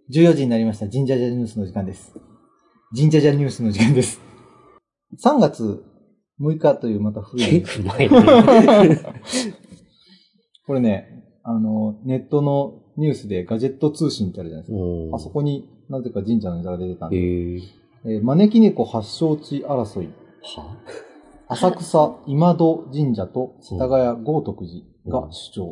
14時になりました。ジンジャジャニュースの時間です。ジンジャジャニュースの時間です。3月6日というまた古い。 結構前ね。 これね、ネットのニュースでガジェット通信ってあるじゃないですか。あそこになぜか神社のネタが出てたんで。招き猫発祥地争い。は浅草今戸神社と世田谷豪徳寺が主張。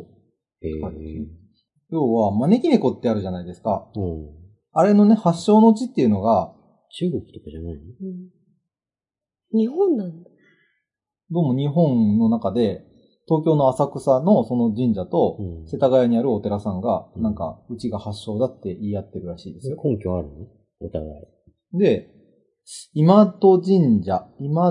要は、招き猫ってあるじゃないですか。あれのね、発祥の地っていうのが、 中国とかじゃないの？ 日本なんだ。 どうも日本の中で、東京の浅草のその神社と、世田谷にあるお寺さんが、なんか、うちが発祥だって言い合ってるらしいですよ。 根拠あるの？お互い。 で、今戸神社。今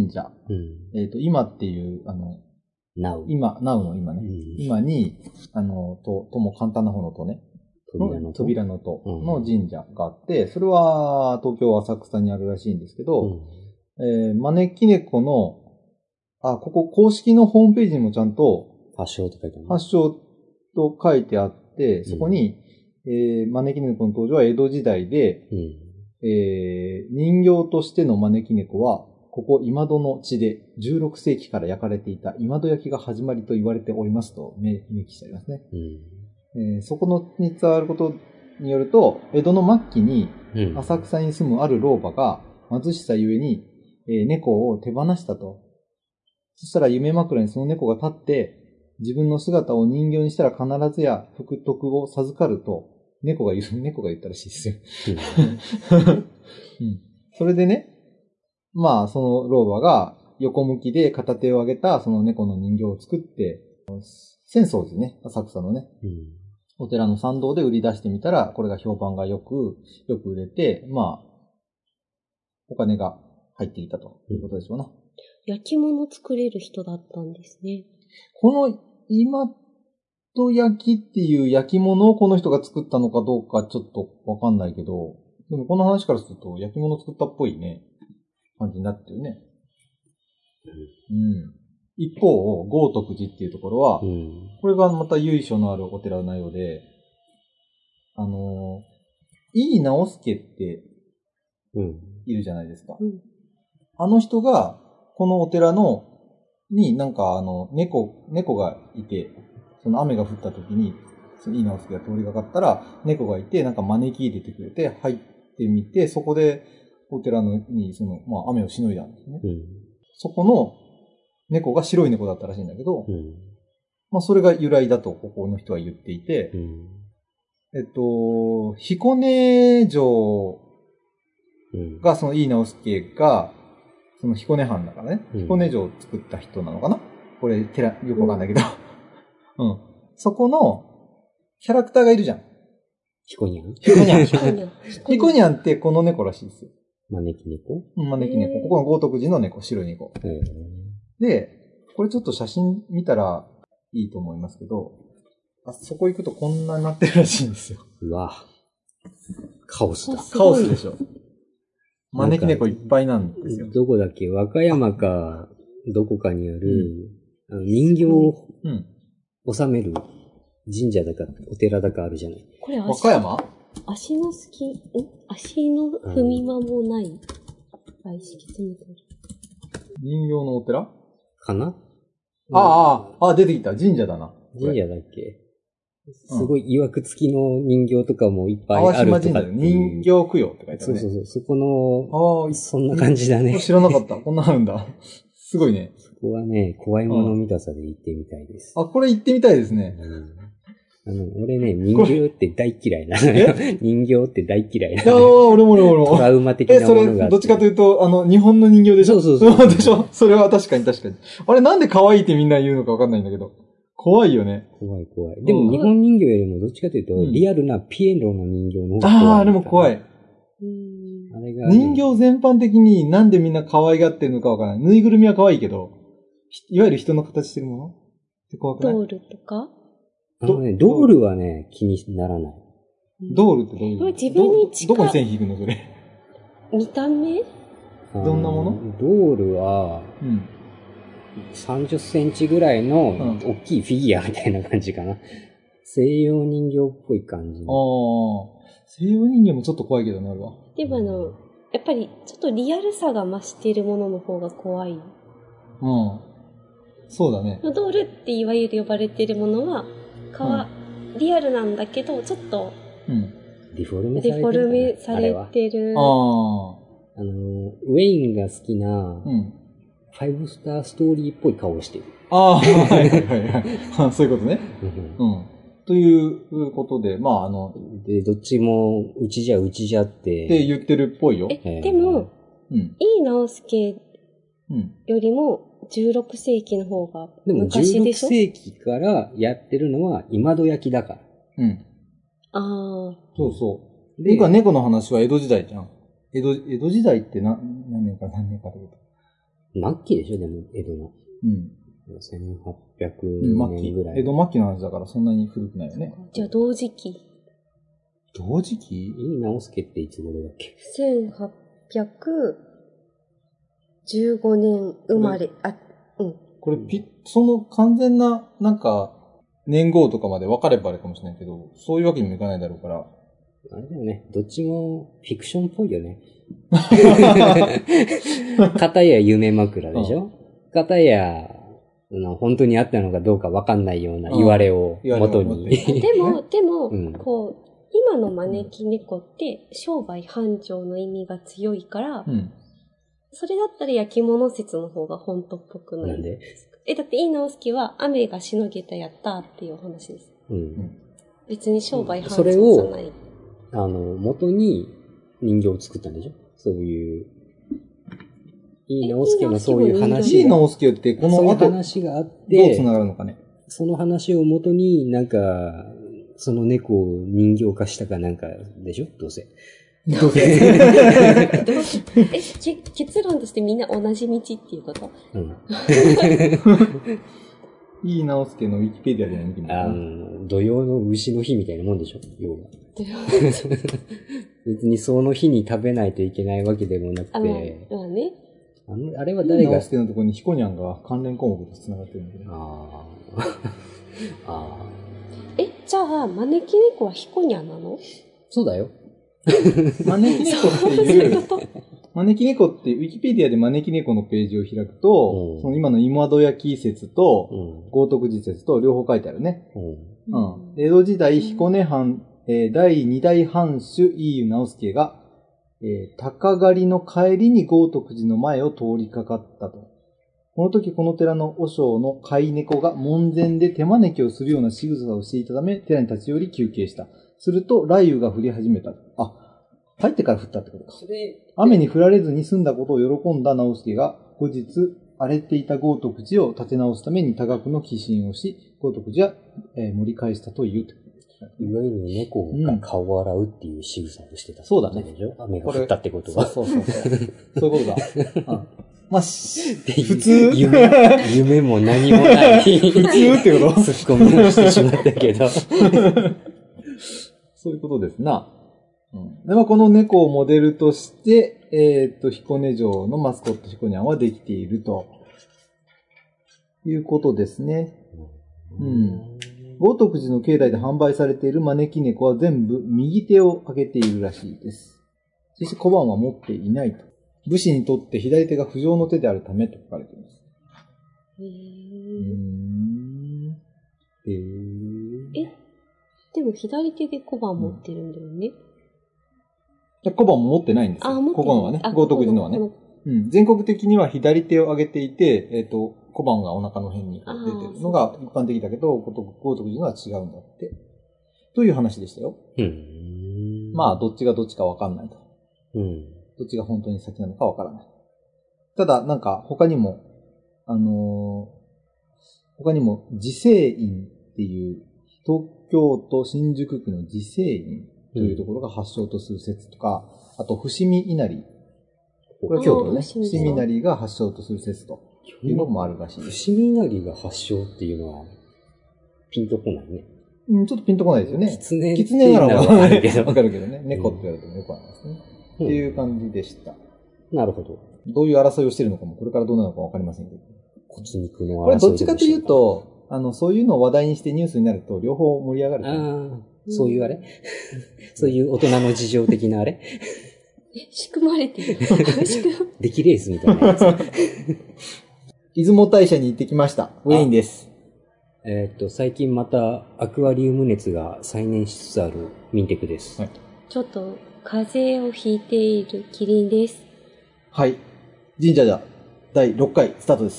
っていう、 now の今ね。今に、とも簡単な方のとね。扉のとの神社があって、それは東京浅草にあるらしいんですけど、招き猫の、ここ公式のホームページにもちゃんと、 発祥と書いてある。 発祥と書いてあって、そこに、招き猫の登場は江戸時代で、人形としての招き猫は、ここ今戸の地で16世紀から焼かれていた今戸焼きが始まりと言われておりますと明記してありますね。そこのに伝わることによると、江戸の末期に浅草に住むある老婆が貧しさゆえに、猫を手放したと。そしたら夢枕にその猫が立って、自分の姿を人形にしたら必ずや福徳を授かると、猫が言ったらしいですよ。それでね、まあその老婆が横向きで片手を上げたその猫の人形を作って、浅草寺ね、浅草のね、お寺の参道で売り出してみたら、これが評判がよく売れて、まあ、お金が入っていたということでしょうな。 焼き物作れる人だったんですね。 この今戸焼きっていう焼き物をこの人が作ったのかどうかちょっとわかんないけど、でもこの話からすると焼き物作ったっぽいね、感じになってるね。一方、豪徳寺っていうところは、これがまた由緒のあるお寺のようで、井伊直弼っているじゃないですか。あの人が、このお寺になんか猫がいて、その雨が降った時に、その井伊直弼が通りがかったら、猫がいて、なんか招き入れてくれて、入ってみて、そこでお寺に雨をしのいだんですね。そこの猫が白い猫だったらしいんだけど、それが由来だとここの人は言っていて、彦根城がその井伊直弼が、その彦根藩だからね、彦根城を作った人なのかな、これよくわかんないけど、そこのキャラクターがいるじゃん。 ヒコニャンヒコニャンってこの猫らしいですよ。 招き猫？ 招き猫。ここの豪徳寺の猫、白い猫。で、これちょっと写真見たらいいと思いますけど、そこ行くとこんなになってるらしいんですよ。 うわ。カオスだ。 カオスでしょ。招き猫いっぱいなんですよ。 どこだっけ？和歌山か、どこかにある、人形を収める神社だか、お寺だかあるじゃない。 これ和歌山？ 足の踏み間もない。敷き詰めてる。 人形のお寺？ かな？ 出てきた。神社だな。 神社だっけ？すごい曰く付きの人形とかもいっぱいあるとかっていう。 淡島神社で人形供養って書いてあるね。 そう。そこの、そんな感じだね。 知らなかった。こんなあるんだ。すごいね。 そこはね、怖いもの見たさで行ってみたいです。 これ行ってみたいですね。 俺ね、人形って大嫌いなのよ。人形って大嫌いなのよ。俺も。 トラウマ的なものがあって。 それ、どっちかというと、日本の人形でしょ？ そう。 でしょ？それは確かに。あれなんで可愛いってみんな言うのかわかんないんだけど。怖いよね。 怖い。でも日本人形よりもどっちかというと、リアルなピエロの人形の方が怖い。 あれも怖い。 あれが、 人形全般的になんでみんな可愛がってるのかわからない。ぬいぐるみは可愛いけど、いわゆる人の形してるものって怖くない？ ドールとか？ ドールはね、気にならない。 ドールってどういうの？ 自分に近い。 どこに線引くのそれ。 見た目？ どんなもの？ ドールは、30センチぐらいの大きいフィギュアみたいな感じかな。西洋人形っぽい感じ。 西洋人間もちょっと怖いけどね、俺は。 でもやっぱりちょっとリアルさが増しているものの方が怖い。 うん。そうだね。 ドールっていわゆる呼ばれているものは、リアルなんだけど、ちょっと、 デフォルメされてる。 ウェインが好きな、5スターストーリーっぽい顔をしてる。 はいはいはい。そういうことね。ということで、まあで、どっちも、うちじゃって。 って言ってるっぽいよ。 でも、井伊直弼よりも16世紀の方が昔でしょ？ でも16世紀からやってるのは今戸焼だから。 そうそう。僕は猫の話は江戸時代じゃん。江戸時代って何年かってこと？ 末期でしょ、でも、江戸の。1800年ぐらい。 江戸末期の話だからそんなに古くないよね。 じゃあ同時期。 同時期？ 井伊直弼っていつ頃だっけ？ 1815年生まれ。 これその完全な、なんか、年号とかまで分かればあれかもしれないけど、そういうわけにもいかないだろうから。 あれだよね。どっちもフィクションっぽいよね。片や夢枕でしょ？片や、本当にあったのかどうか分かんないような言われを元に。 でも、今の招き猫って商売繁盛の意味が強いから、それだったら焼き物説の方が本当っぽくない。 なんで？ だって井伊直弼は雨がしのげたやったっていう話です。別に商売繁盛じゃない。 それを、元に人形を作ったんでしょ？そういう。井伊直弼のそういう話。 井伊直弼ってこのそういう話があって、 どう繋がるのかね。 その話を元になんか、その猫を人形化したかなんかでしょ？どうせ。 結論としてみんな同じ道っていうこと？ 井伊直弼のウィキペディアで見てみた土曜の牛の日みたいなもんでしょ？要は。別にその日に食べないといけないわけでもなくて。あれは誰が？ 井伊直弼のところにヒコニャンが関連項目と繋がってるんだけど。 じゃあ、招き猫はヒコニャンなの？ そうだよ。 招き猫っていう、招き猫ってウィキペディアで招き猫のページを開くと、その今の今戸焼説と、豪徳寺説と両方書いてあるね。江戸時代彦根藩、第二代藩主井伊直弼が、鷹狩りの帰りに豪徳寺の前を通りかかったと。この時この寺の和尚の飼い猫が門前で手招きをするような仕草をしていたため、寺に立ち寄り休憩した。すると雷雨が降り始めた。入ってから降ったってことか。雨に降られずに済んだことを喜んだ直弼が、後日荒れていた豪徳寺を建て直すために多額の寄進をし、豪徳寺は、盛り返したという。 いわゆる猫が顔を洗うっていう仕草をしてた。 そうだね。 雨が降ったってことは。 そういうことだ。まあ、普通夢も何もない。 普通ってことツッコミをしてしまったけど。 そういうことですな。で、この猫をモデルとして、彦根城のマスコットヒコニャンはできているということですね。豪徳寺の境内で販売されている招き猫は全部右手を上げているらしいです。そして小判は持っていないと。武士にとって左手が不浄の手であるためと書かれています。 でも左手で小判持ってるんだよね。 小判も持ってないんですよ。ここのはね。豪徳寺のはね。全国的には左手を上げていて、小判がお腹の辺に出てるのが一般的だけど、豪徳寺のは違うんだって。という話でしたよ。まあ、どっちがどっちかわかんないと。どっちが本当に先なのかわからない。ただ、なんか、他にも、慈聖院っていう、東京都新宿区の慈聖院というところが発祥とする説とか、あと、伏見稲荷。これは京都のね、伏見稲荷が発祥とする説というのもあるらしいです。 伏見稲荷が発祥っていうのは、ピンとこないね。 ちょっとピンとこないですよね。 狐ならわかるけど。 わかるけどね。猫って言われてもよくわかりますね。っていう感じでした。 なるほど。 どういう争いをしているのかも、これからどうなのかわかりませんけど。 骨肉の争い。 これどっちかというと、そういうのを話題にしてニュースになると、両方盛り上がる。 そういうあれそういう大人の事情的なあれ仕組まれてる。 出来レースみたいなやつ。 出雲大社に行ってきました。ウェインです。 最近またアクアリウム熱が再燃しつつあるミンテクです。はい、 ちょっと風邪をひいているキリンです。 はい。神社じゃ第6回スタートです。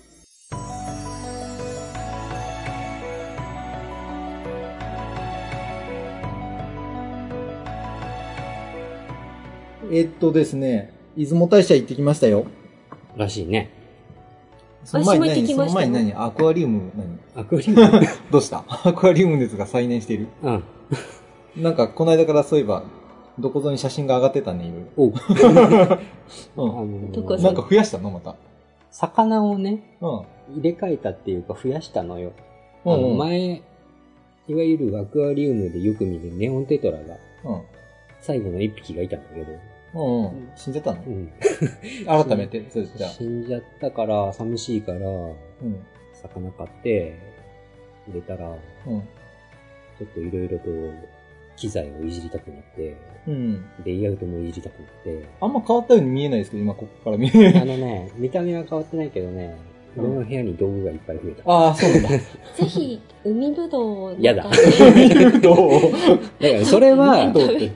ですね、出雲大社行ってきましたよ。 らしいね。 その前に何アクアリウムアクアリウムどうしたアクアリウム熱が再燃している。 うん。 なんか、この間からそういえば、どこぞに写真が上がってたね、いろいろ。おう。なんか増やしたのまた。 魚をね、入れ替えたっていうか増やしたのよ。前、いわゆるアクアリウムでよく見るネオンテトラが、最後の一匹がいたんだけど、 死んじゃったの？改めて、そうです、じゃあ。 死んじゃったから、寂しいから、魚買って、入れたら、ちょっといろいろと機材をいじりたくなって、レイアウトもいじりたくなって。 あんま変わったように見えないですけど、今ここから見える。 見た目は変わってないけどね、俺の部屋に道具がいっぱい増えた。 ああ、そうなんだ。ぜひ、海ぶどう。 やだ。 海ぶどう。 だから、それは、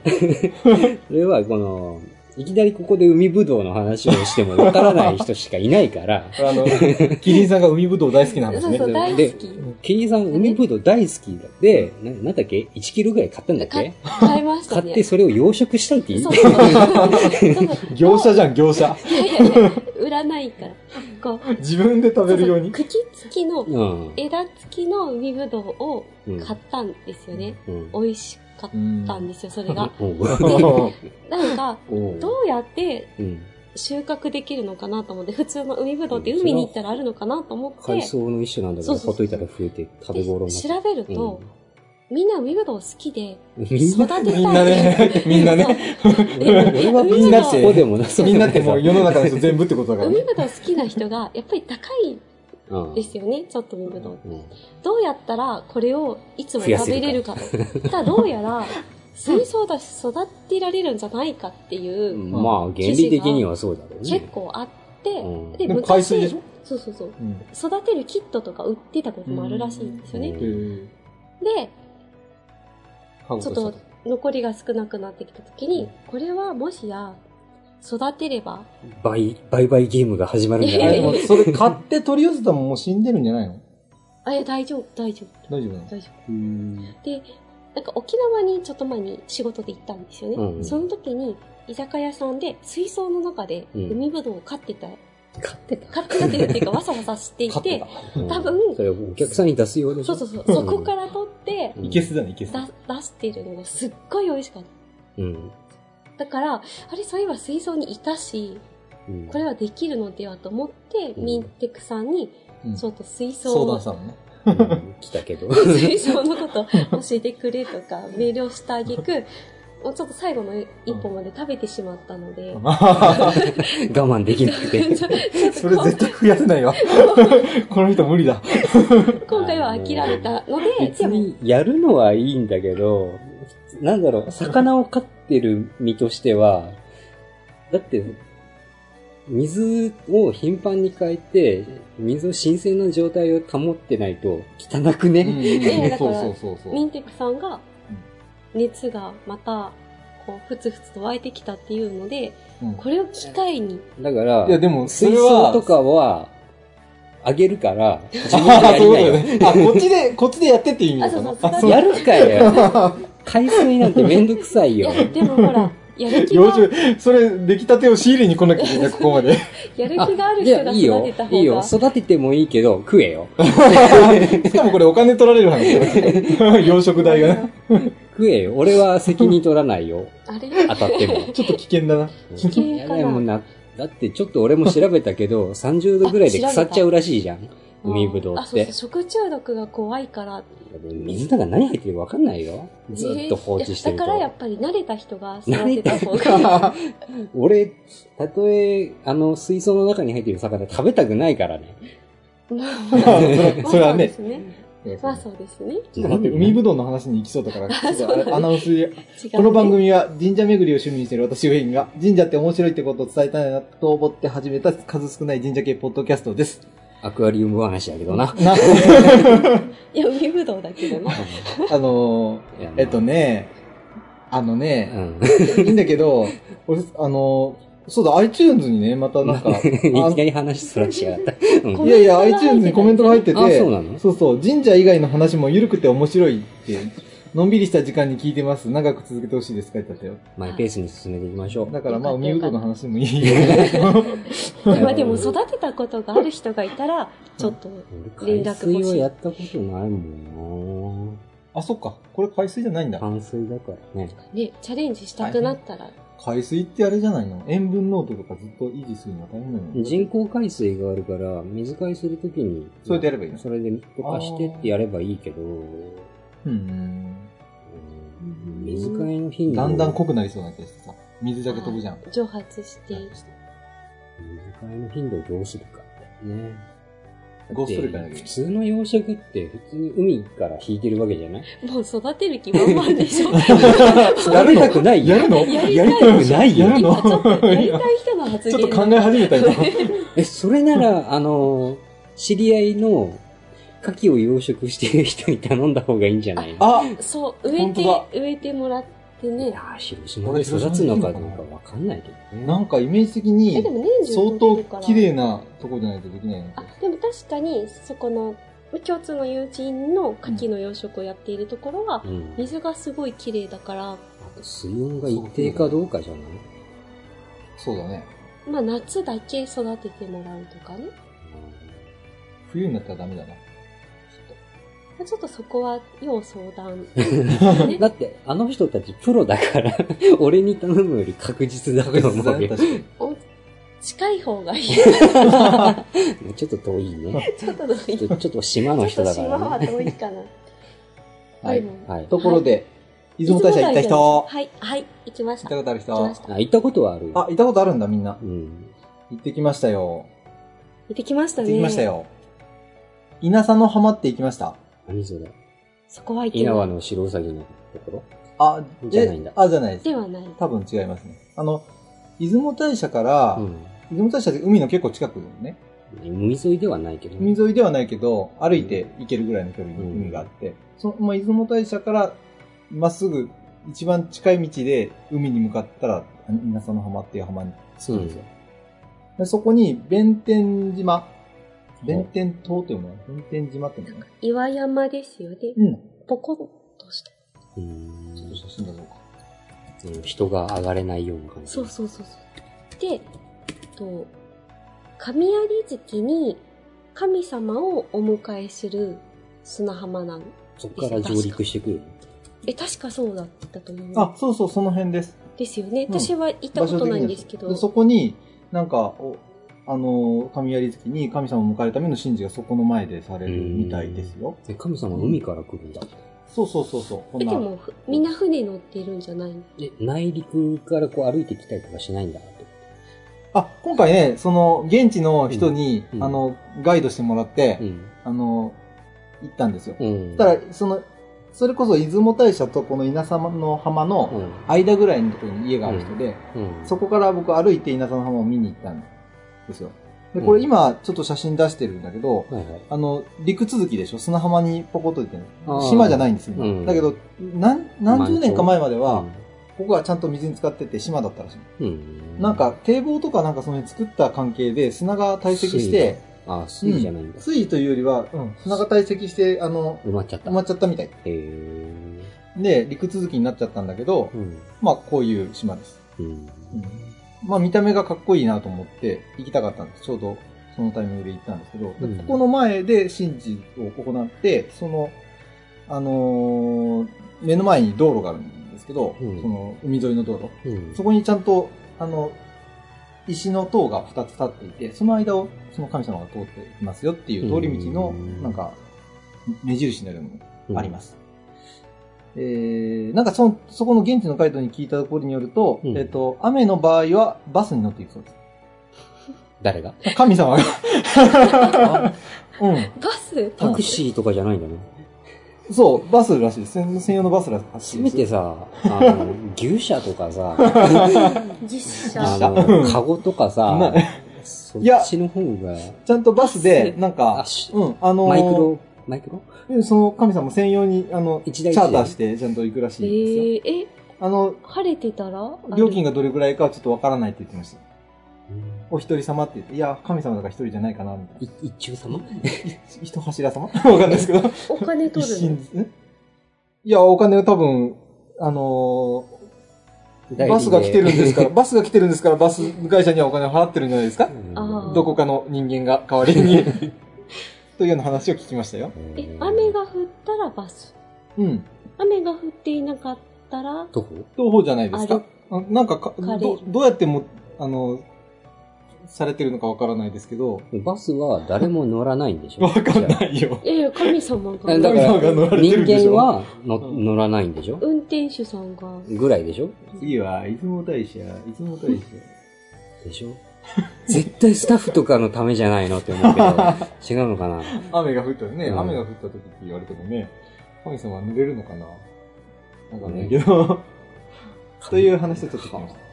いきなりここで海ぶどうの話をしてもわからない人しかいないから。 キリンさんが海ぶどう大好きなんですね。 そう、大好き。 キリンさん海ぶどう大好きで、なんだっけ ?1 キロぐらい買ったんだっけ買いましたね。 買ってそれを養殖したいって言う。 業者じゃん、業者。 いや、売らないから。 自分で食べるように。 茎付きの、枝付きの海ぶどうを買ったんですよね。美味しかったんですよ、それが。なんか、どうやって収穫できるのかなと思って、普通の海ぶどうって海に行ったらあるのかなと思って。 海藻の一種なんだけど、ほっといたら増えて食べ頃になって。 調べると、みんな海ぶどう好きで、育てたい。 みんなね。 俺はみんなそうでもな、 みんなってもう世の中の人全部ってことだから。 海ぶどう好きな人が、やっぱり高いですよね、ちょっと海ぶどう。どうやったらこれをいつも食べれるかと。ただどうやら、水槽だし育てられるんじゃないかっていう。 まあ、原理的にはそうだろうね。 結構あって、 で、海水でしょ？ そう。育てるキットとか売ってたこともあるらしいんですよね。で、ちょっと残りが少なくなってきたときに、これはもしや、育てれば。 売買ゲームが始まるんじゃないの？ それ買って取り寄せたもんもう死んでるんじゃないの？ 大丈夫。大丈夫。で、なんか沖縄にちょっと前に仕事で行ったんですよね。その時に居酒屋さんで水槽の中で海ぶどうを飼ってたっていうかわさわさしていて、多分。 それお客さんに出すようでしょ？ そう。そこから取って、 いけすだね、いけす。 出してるのがすっごい美味しかった。だから、そういえば水槽にいたし、これはできるのではと思って、ミンテクさんに、ちょっと水槽相談したのね。 来たけど。 水槽のこと教えてくれとか、メールをしたあげく、もうちょっと最後の一本まで食べてしまったので。 我慢できなくて。 それ絶対増やせないわ。この人無理だ。 今回は諦めたので、 別にやるのはいいんだけど、なんだろう、魚を飼ってる身としては、だって、水を頻繁に変えて、水を新鮮な状態を保ってないと汚くね。 だから、ミンテクさんが、熱がまた、こう、ふつふつと湧いてきたっていうので、これを機会に。 だから、 いやでも、 水槽とかは、あげるから、自分でやりなよ。 こっちでやってっていう意味だかな。やるかよ。海水なんてめんどくさいよ。 でもほら、やる気が。 それ、出来たてを仕入れに来なきゃいけない、ここまで。 やる気がある人が育てた方が。 いいよ。育ててもいいけど、食えよ。 しかもこれお金取られる話だよ。養殖代がね。 食えよ。俺は責任取らないよ。当たっても。 ちょっと危険だな。 危険かな。 だってちょっと俺も調べたけど、30度ぐらいで腐っちゃうらしいじゃん。海ぶどうって。 食中毒が怖いから。 水の中何入ってるか分かんないよ。ずっと放置してると。 だからやっぱり慣れた人が育てた方がいい。 俺、たとえ、水槽の中に入ってる魚食べたくないからね。 それはね。 まあそうですね。 ちょっと待って、海ぶどうの話に行きそうだから、ちょっとアナウンスで。この番組は神社巡りを趣味にしている私ウェインが、神社って面白いってことを伝えたいなと思って始めた数少ない神社系ポッドキャストです。 アクアリウム話やけどな。 いや、海ぶどうだけどな。 いいんだけど、俺、そうだ、iTunes にね、またなんか。いきなり話そらしやがった。 いやいや、iTunes にコメントが入ってて、 そうなの？ そうそう、神社以外の話も緩くて面白いって、のんびりした時間に聞いてます。長く続けてほしいです。書いてあったよ。 マイペースに進めていきましょう。 だからまあ、海ぶどうの話もいいよ。 まあでも育てたことがある人がいたら、ちょっと連絡欲しい。 海水はやったことないもんな。 あ、そっか。これ海水じゃないんだ。 淡水だからね。 ね、チャレンジしたくなったら。 海水ってあれじゃないの？塩分濃度とかずっと維持するのは大変なの？ 人工海水があるから、水替えするときに。 それでやればいいの？ それで溶かしてってやればいいけど。水替えの頻度。 だんだん濃くなりそうな気がしてさ。水だけ飛ぶじゃん。 蒸発して。 水替えの頻度をどうするかね。 どうするかだけど。 普通の養殖って普通に海から引いてるわけじゃない？ もう育てる気満々でしょ。 やりたくないよ。 やるの？ やりたくないよ。 やるの？ やりたい人の発言。 ちょっと考え始めたよ。 それなら、知り合いの牡蠣を養殖している人に頼んだ方がいいんじゃないの？ あ、そう、植えてもらってね。 いやー、広島で育つのかどうかわかんないけどね。 なんかイメージ的に、相当綺麗なとこじゃないとできないの。 あ、でも確かに、そこの、共通の友人の牡蠣の養殖をやっているところは、水がすごい綺麗だから。あと水温が一定かどうかじゃない？ そうだね。 まあ夏だけ育ててもらうとかね。 冬になったらダメだな。 ちょっとそこは要相談、 ね。だって、あの人たちプロだから、俺に頼むより確実だと思うよ。 近い方がいい。 ちょっと遠いね。 ちょっと遠い。 ちょっと島の人だからね。 島は遠いかな。 はい。ところで、出雲大社行った人。 はい、行きました。 行ったことある人。 行ったことはある。 あ、行ったことあるんだ、みんな。行ってきましたよ。 行ってきましたね。 行ってきましたよ。稲佐の浜って行きました？ 何それ？ そこは行ってない。 稲葉の白うさぎのところ？ あ、 じゃないんだ。 あ、じゃないです。 ではない。 多分違いますね。出雲大社から、出雲大社って海の結構近くだよね。 海沿いではないけど、 海沿いではないけど、歩いて行けるぐらいの距離に海があって、出雲大社からまっすぐ一番近い道で海に向かったら、稲佐の浜っていう浜に着くんですよ。でそこに、弁天島、弁天島っていうのは、弁天島っていうのは岩山ですよね。ポコッとした。ちょっと写真だろうか。 人が上がれないような感じ。 そう。で、神有月に神様をお迎えする砂浜なんです。 そこから上陸してくる。 確かそうだったと思う。 あ、そう、その辺です。 ですよね。私は行ったことないんですけど。 そこに、なんか、神有月に神様を迎えるための神事がそこの前でされるみたいですよ。 神様は海から来るんだ。 そう。 でも、みんな船乗ってるんじゃないの？ 内陸からこう歩いてきたりとかしないんだって。 あ、今回ね、現地の人に、ガイドしてもらって、行ったんですよ。ただ、それこそ出雲大社とこの稲佐の浜の間ぐらいのところに家がある人で、そこから僕歩いて稲佐の浜を見に行ったんですよ。で、これ今ちょっと写真出してるんだけど、陸続きでしょ？砂浜にポコッと出てる。島じゃないんですよ。だけど、何十年か前までは、ここがちゃんと水に浸かってて島だったらしい。なんか堤防とかなんかその辺作った関係で砂が堆積して、 水じゃないんだ。 水というよりは、砂が堆積して、 埋まっちゃったみたい。で、陸続きになっちゃったんだけど、まあこういう島です。まあ見た目がかっこいいなと思って行きたかったんです。ちょうどそのタイミングで行ったんですけど、ここの前で神事を行って、目の前に道路があるんですけど、その海沿いの道路。そこにちゃんと、石の塔が2つ立っていて、その間をその神様が通っていますよっていう通り道の、なんか、目印のようなのがあります。なんかそこの現地のガイドに聞いたところによると、雨の場合はバスに乗っていくそうです。 誰が？ 神様が。 バス？ タクシーとかじゃないんだね。 そう、バスらしいです。専用のバスらしいです。 せめてさ、牛車とかさ、 実車カゴとかさ、そっちの方が。 ちゃんとバスで、なんか、 マイクロその神様専用に、チャーターしてちゃんと行くらしいですよ。 晴れてたら料金がどれぐらいかはちょっとわからないって言ってました。お一人様って言って、いや、神様だから一人じゃないかな、みたいな。 一中様一柱様わかんないですけど。 お金取るのいや、お金は多分、バスが来てるんですから、バス会社にはお金を払ってるんじゃないですか？どこかの人間が代わりに。というような話を聞きましたよ。 雨が降ったらバス。 うん。 雨が降っていなかったら徒歩じゃないですか？なんかどうやっても、されてるのかわからないですけど。 バスは誰も乗らないんでしょ？ わかんないよ。 いや神様が。 だから乗られてるんでしょ？人間は乗らないんでしょ？ 運転手さんが。 ぐらいでしょ？ 次は、出雲大社。 でしょ？絶対スタッフとかのためじゃないのって思うけど、違うのかな？ 雨が降ったね、雨が降った時って言われてもね、神様は濡れるのかな？わかんないけど、という話をちょっと聞きました。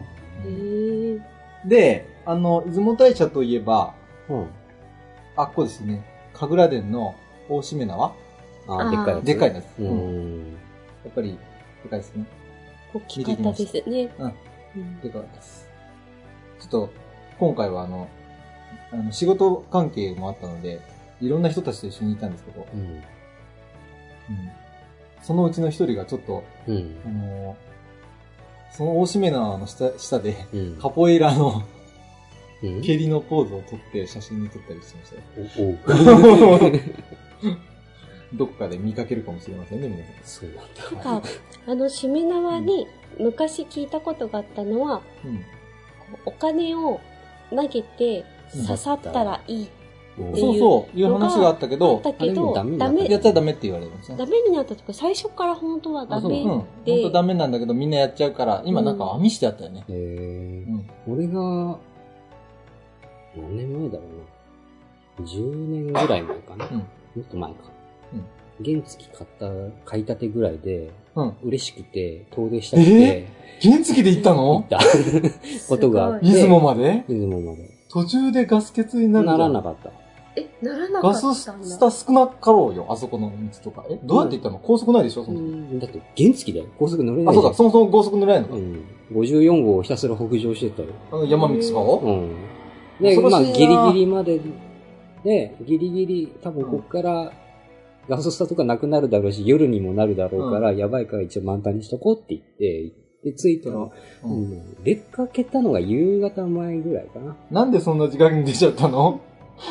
で、出雲大社といえば、ここですね、神楽殿の大しめ縄？でかいやつ。やっぱり、でかいですね。 大きかったですね。 でかいです。ちょっと、今回は仕事関係もあったので、いろんな人たちと一緒にいたんですけど、そのうちの一人がちょっと、その大しめ縄の下で、カポエイラの、蹴りのポーズを撮って写真に撮ったりしてましたよ。どこかで見かけるかもしれませんね、皆さん。 そうなんだ。 なんか、しめ縄に昔聞いたことがあったのは、お金を投げて刺さったらいいっていう話があったけど、 ダメ。 やっちゃダメって言われるんですね。 ダメになったとか、最初から本当はダメで。 本当ダメなんだけど、みんなやっちゃうから、今なんか網してあったよね。 俺が、何年前だろうな。10年ぐらい前かな。もっと前か。原付買いたてぐらいで、嬉しくて、遠出したくて。 原付で行ったの？ 行ったことがあって。 出雲まで。 途中でガス欠になる。 ならなかった。 ならなかったんだ。 ガススタ少なかろうよ、あそこの道とか。どうやって行ったの？高速ないでしょ？ だって原付だよ。高速乗れない。 そうか、そもそも高速乗れないのか。 54号をひたすら北上してたよ。 山道とかを？ で、ギリギリまで、で、ギリギリ、多分こっから、ガソスタとかなくなるだろうし、夜にもなるだろうから、やばいから一応満タンにしとこうって言って、で、着いたら、出かけたのが夕方前ぐらいかな。 なんでそんな時間に出ちゃったの？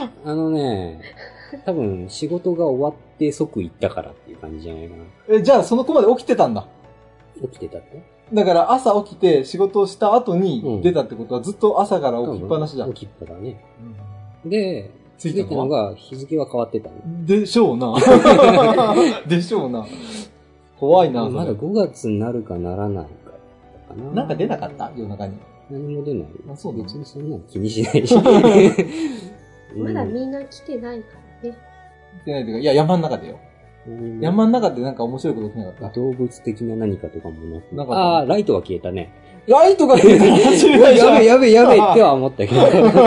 多分仕事が終わって即行ったからっていう感じじゃないかな。 じゃあその子まで起きてたんだ。 起きてたって？ だから朝起きて仕事をした後に出たってことはずっと朝から起きっぱなしじゃん。 起きっぱだね。で、着いたのが日付は変わってたね。 でしょうな。でしょうな。怖いな。 まだ5月になるかならないかかな。 なんか出なかった？夜中に。 何も出ない。 そう別にそんなの気にしないし。 まだみんな来てないからね。 来てないというか、いや、山の中でよ。山の中でなんか面白いこと起きなかった？ 動物的な何かとかもなく。ああ、ライトは消えたね。 ライトが消えたやべっては思ったけど。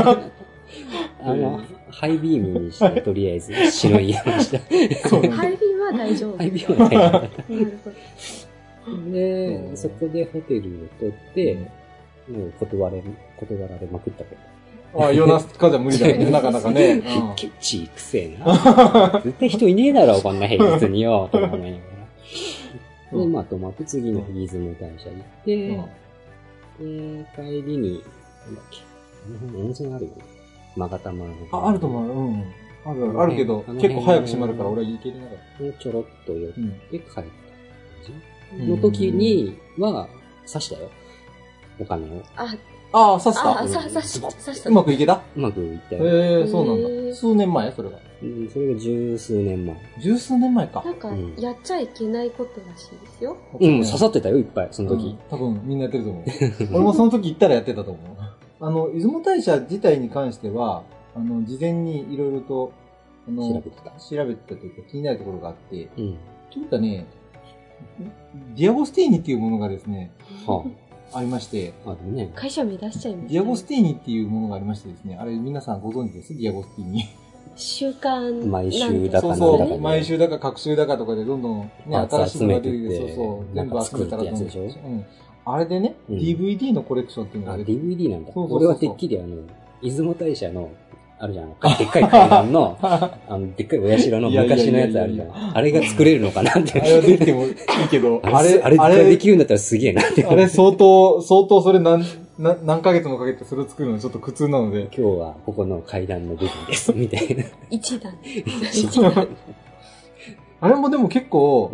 ハイビームにして、とりあえず、白い色にした。 ハイビームは大丈夫。 ハイビームは大丈夫だった。 なるほど。で、そこでホテルを取って、もう断られまくったけど。 夜中じゃ無理だよね、なかなかね。 ケチくせえな。絶対人いねえだろ、こんな平日によ、とか思いながら。で、泊まって次の日、出雲大社行って、帰りに、なんだっけ、温泉あるよね。勾玉の。 あると思う。あるけど、結構早く閉まるから俺は行けるなかった。ちょろっと寄って帰った感じの時には、刺したよ。お金を。 刺した？ 刺した。 うまくいけた？ うまくいったよ。 そうなんだ。数年前それが。 それが十数年前。 十数年前か。 なんか、やっちゃいけないことらしいですよ。 刺さってたよ、いっぱい、その時。 多分みんなやってると思う。俺もその時行ったらやってたと思う。出雲大社自体に関しては、事前にいろいろと、調べてたというか気になるところがあって、 というかね、ディアゴスティーニっていうものがですね、ありまして、 会社名出しちゃいました、ね。 ディアゴスティーニっていうものがありましてですね、あれ皆さんご存知です？ディアゴスティーニ。 週刊毎週だかそうそう、毎週だか各週だかとかでどんどんね、新しいのが出てきて、そうそう、全部集めたらどんどん。あれでね、DVD のコレクションっていうのが出て DVD なんだ。俺はてっきり出雲大社の、あるじゃん。でっかい階段の、でっかいお社の昔のやつあるじゃん。あれが作れるのかなって。 あれはできてもいいけど、 あれができるんだったらすげえなって。 あれ相当それ何ヶ月もかけてそれを作るのちょっと苦痛なので。 今日はここの階段の部分です、みたいな。 一段。 あれもでも結構、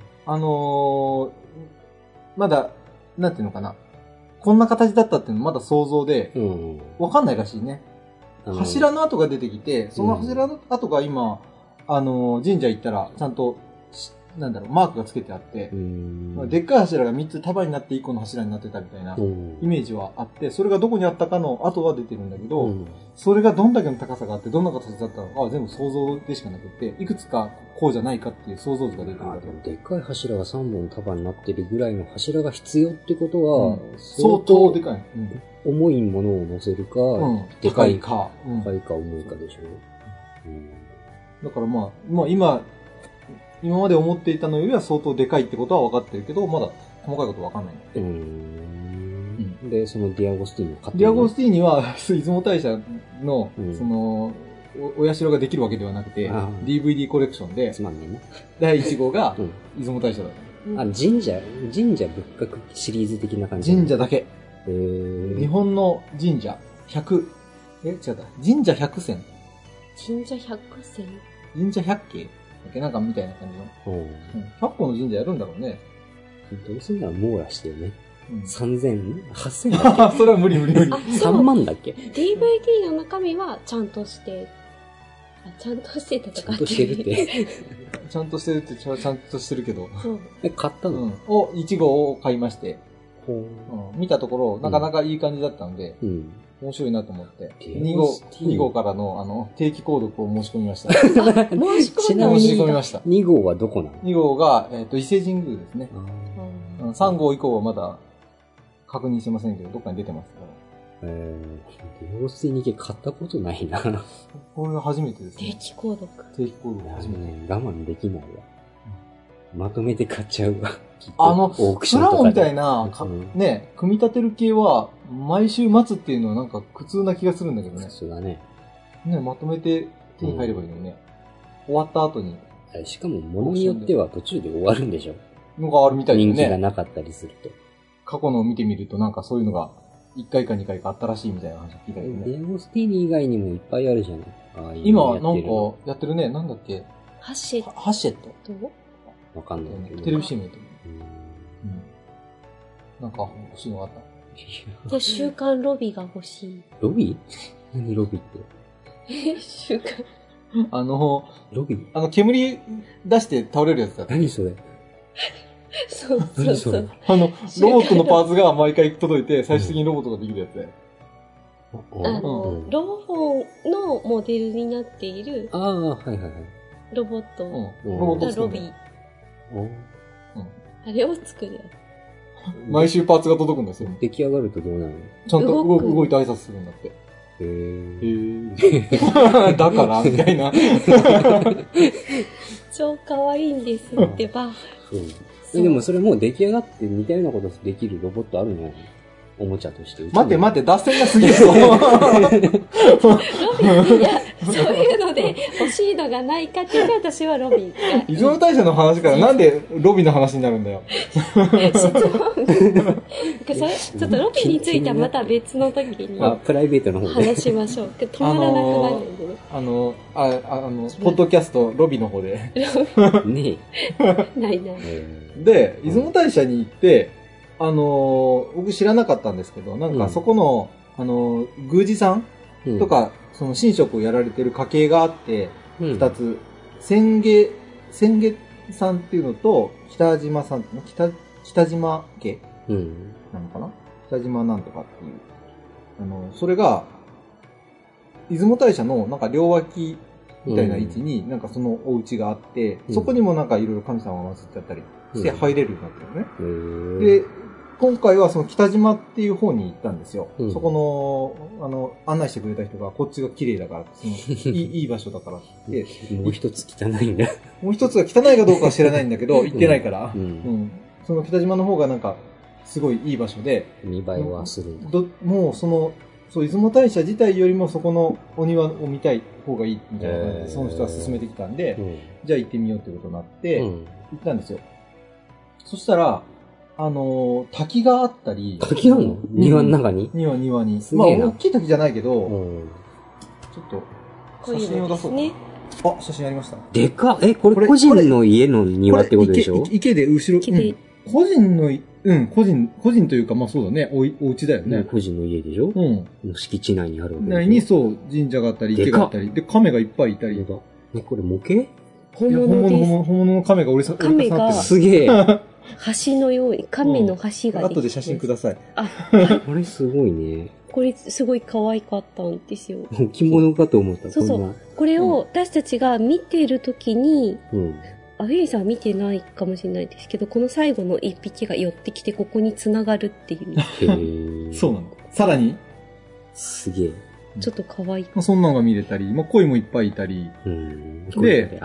まだ、なんていうのかな。こんな形だったっていうのまだ想像で、わかんないらしいね。柱の跡が出てきて、その柱の跡が今、神社行ったら、ちゃんと、マークがつけてあって、でっかい柱が3つ束になって1個の柱になってたみたいなイメージはあって、それがどこにあったかの跡は出てるんだけど、それがどんだけの高さがあって、どんな形だったのかは全部想像でしかなくて、いくつかこうじゃないかっていう想像図が出てるわけ。 でっかい柱が3本束になってるぐらいの柱が必要ってことは、 相当でかい。 重いものを乗せるか、でかいか、重いかでしょ。 だからまあ今まで思っていたのよりは相当でかいってことは分かってるけど、まだ細かいこと分かんないので。で、そのディアゴスティーニを買ってディアゴスティーニは、出雲大社の、お社ができるわけではなくて、DVD コレクションで、 つまんねえな。 第1号が、出雲大社だった。 神社仏閣シリーズ的な感じ。 神社だけ。日本の神社100、違った。神社100選。 神社100選神社100景なんかみたいな感じの。100個の神社やるんだろうね。 どうすんなら網羅してよね。3000、8000だっけそれは無理。 3万だっけ ?DVD の中身はちゃんとしてたとか。 ちゃんとしてるって。 ちゃんとしてるってちゃんとしてるけど。 買ったの 1号を買いまして。見たところ、なかなかいい感じだったので、面白いなと思って、2号からの定期購読を申し込みました。 申し込みました。 2号はどこなの ?2 号が、伊勢神宮ですね。3号以降はまだ確認してませんけど、どっかに出てますから。 ディアゴスティーニ系買ったことないな。 これが初めてですね。 定期購読初めて。 我慢できないわ。まとめて買っちゃうわ。 プラモみたいな、ね、組み立てる系は、毎週待つっていうのはなんか苦痛な気がするんだけどね。 そうだね。 ね、まとめて手に入ればいいのにね。終わった後に。 しかも物によっては途中で終わるんでしょのがあるみたいですね。 人気がなかったりすると。 過去のを見てみるとなんかそういうのが1回か2回かあったらしいみたいな話聞いたけどね。 ディアゴスティーニ以外にもいっぱいあるじゃない。 今なんかやってるね。なんだっけハッシェットわかんないけど。 テレビ CM やってる。なんか欲しいのがあった。 で、週刊ロビが欲しい。 ロビ何ロビって。 週刊。 ロビ煙出して倒れるやつだった。 何それそう。 ロボットのパーツが毎回届いて、最終的にロボットができるやつで。 ロボフォンのモデルになっている。ロボット。ロビー。あれを作るやつ。 毎週パーツが届くんですよ。 出来上がるとどうなるの？ ちゃんと動いて挨拶するんだって。だからみたいな。 超可愛いんですってば。 でもそれもう出来上がって似たようなことできるロボットあるんじゃないの？おもちゃとして。 待って、脱線が過ぎるぞ。 いや、そういうので欲しいのがないかって言うと私はロビー。 出雲大社の話からなんでロビーの話になるんだよ。 ちょっとロビーについてはまた別の時に。 プライベートの方で。 話しましょう。止まらなくなるんでね。 ポッドキャスト、ロビーの方で。 ねえ。ない。 で、出雲大社に行って、僕知らなかったんですけど、なんかそこの、宮司さんとか、その神職をやられてる家系があって、二つ、千家さんっていうのと、北島さんって北島家なのかな、北島なんとかっていう。それが、出雲大社のなんか両脇みたいな位置に、なんかそのお家があって、そこにもなんかいろいろ神様が祀ってあったりして入れるようになってるね。で、今回はその北島っていう方に行ったんですよ。そこの、案内してくれた人が、こっちが綺麗だから、いい場所だからって。 もう一つ汚いんだ。 もう一つが汚いかどうかは知らないんだけど、行ってないから。その北島の方がなんか、すごいいい場所で。 見栄えはするんだ。もうそう、出雲大社自体よりもそこのお庭を見たい方がいいみたいな感じで、その人が勧めてきたんで、じゃあ行ってみようってことになって、行ったんですよ。そしたら、滝があったり。 滝なの？庭の中に？ 庭に。まあ、大きい滝じゃないけど、ちょっっと、写真を出そうか。あ、写真ありました。 でかっ。これ個人の家の庭ってことでしょ？ 池で後ろ、個人の、個人というか、まあそうだね、お家だよね。 個人の家でしょ？敷地内にあるわけでしょ。 内にそう、神社があったり、池があったり、で、亀がいっぱいいたり。 これ模型？ 本物の亀が折り重なってる。 すげえ。 橋のように、亀の橋が後で写真ください。 これすごいね。 これすごい可愛かったんですよ。 着物かと思った。 そう。これを私たちが見てるときに、フェリーさんは見てないかもしれないですけど、この最後の一匹が寄ってきてここに繋がるっていう。そうなの。さらにすげえ。 ちょっと可愛い。 そんなのが見れたり、鯉もいっぱいいたり。で、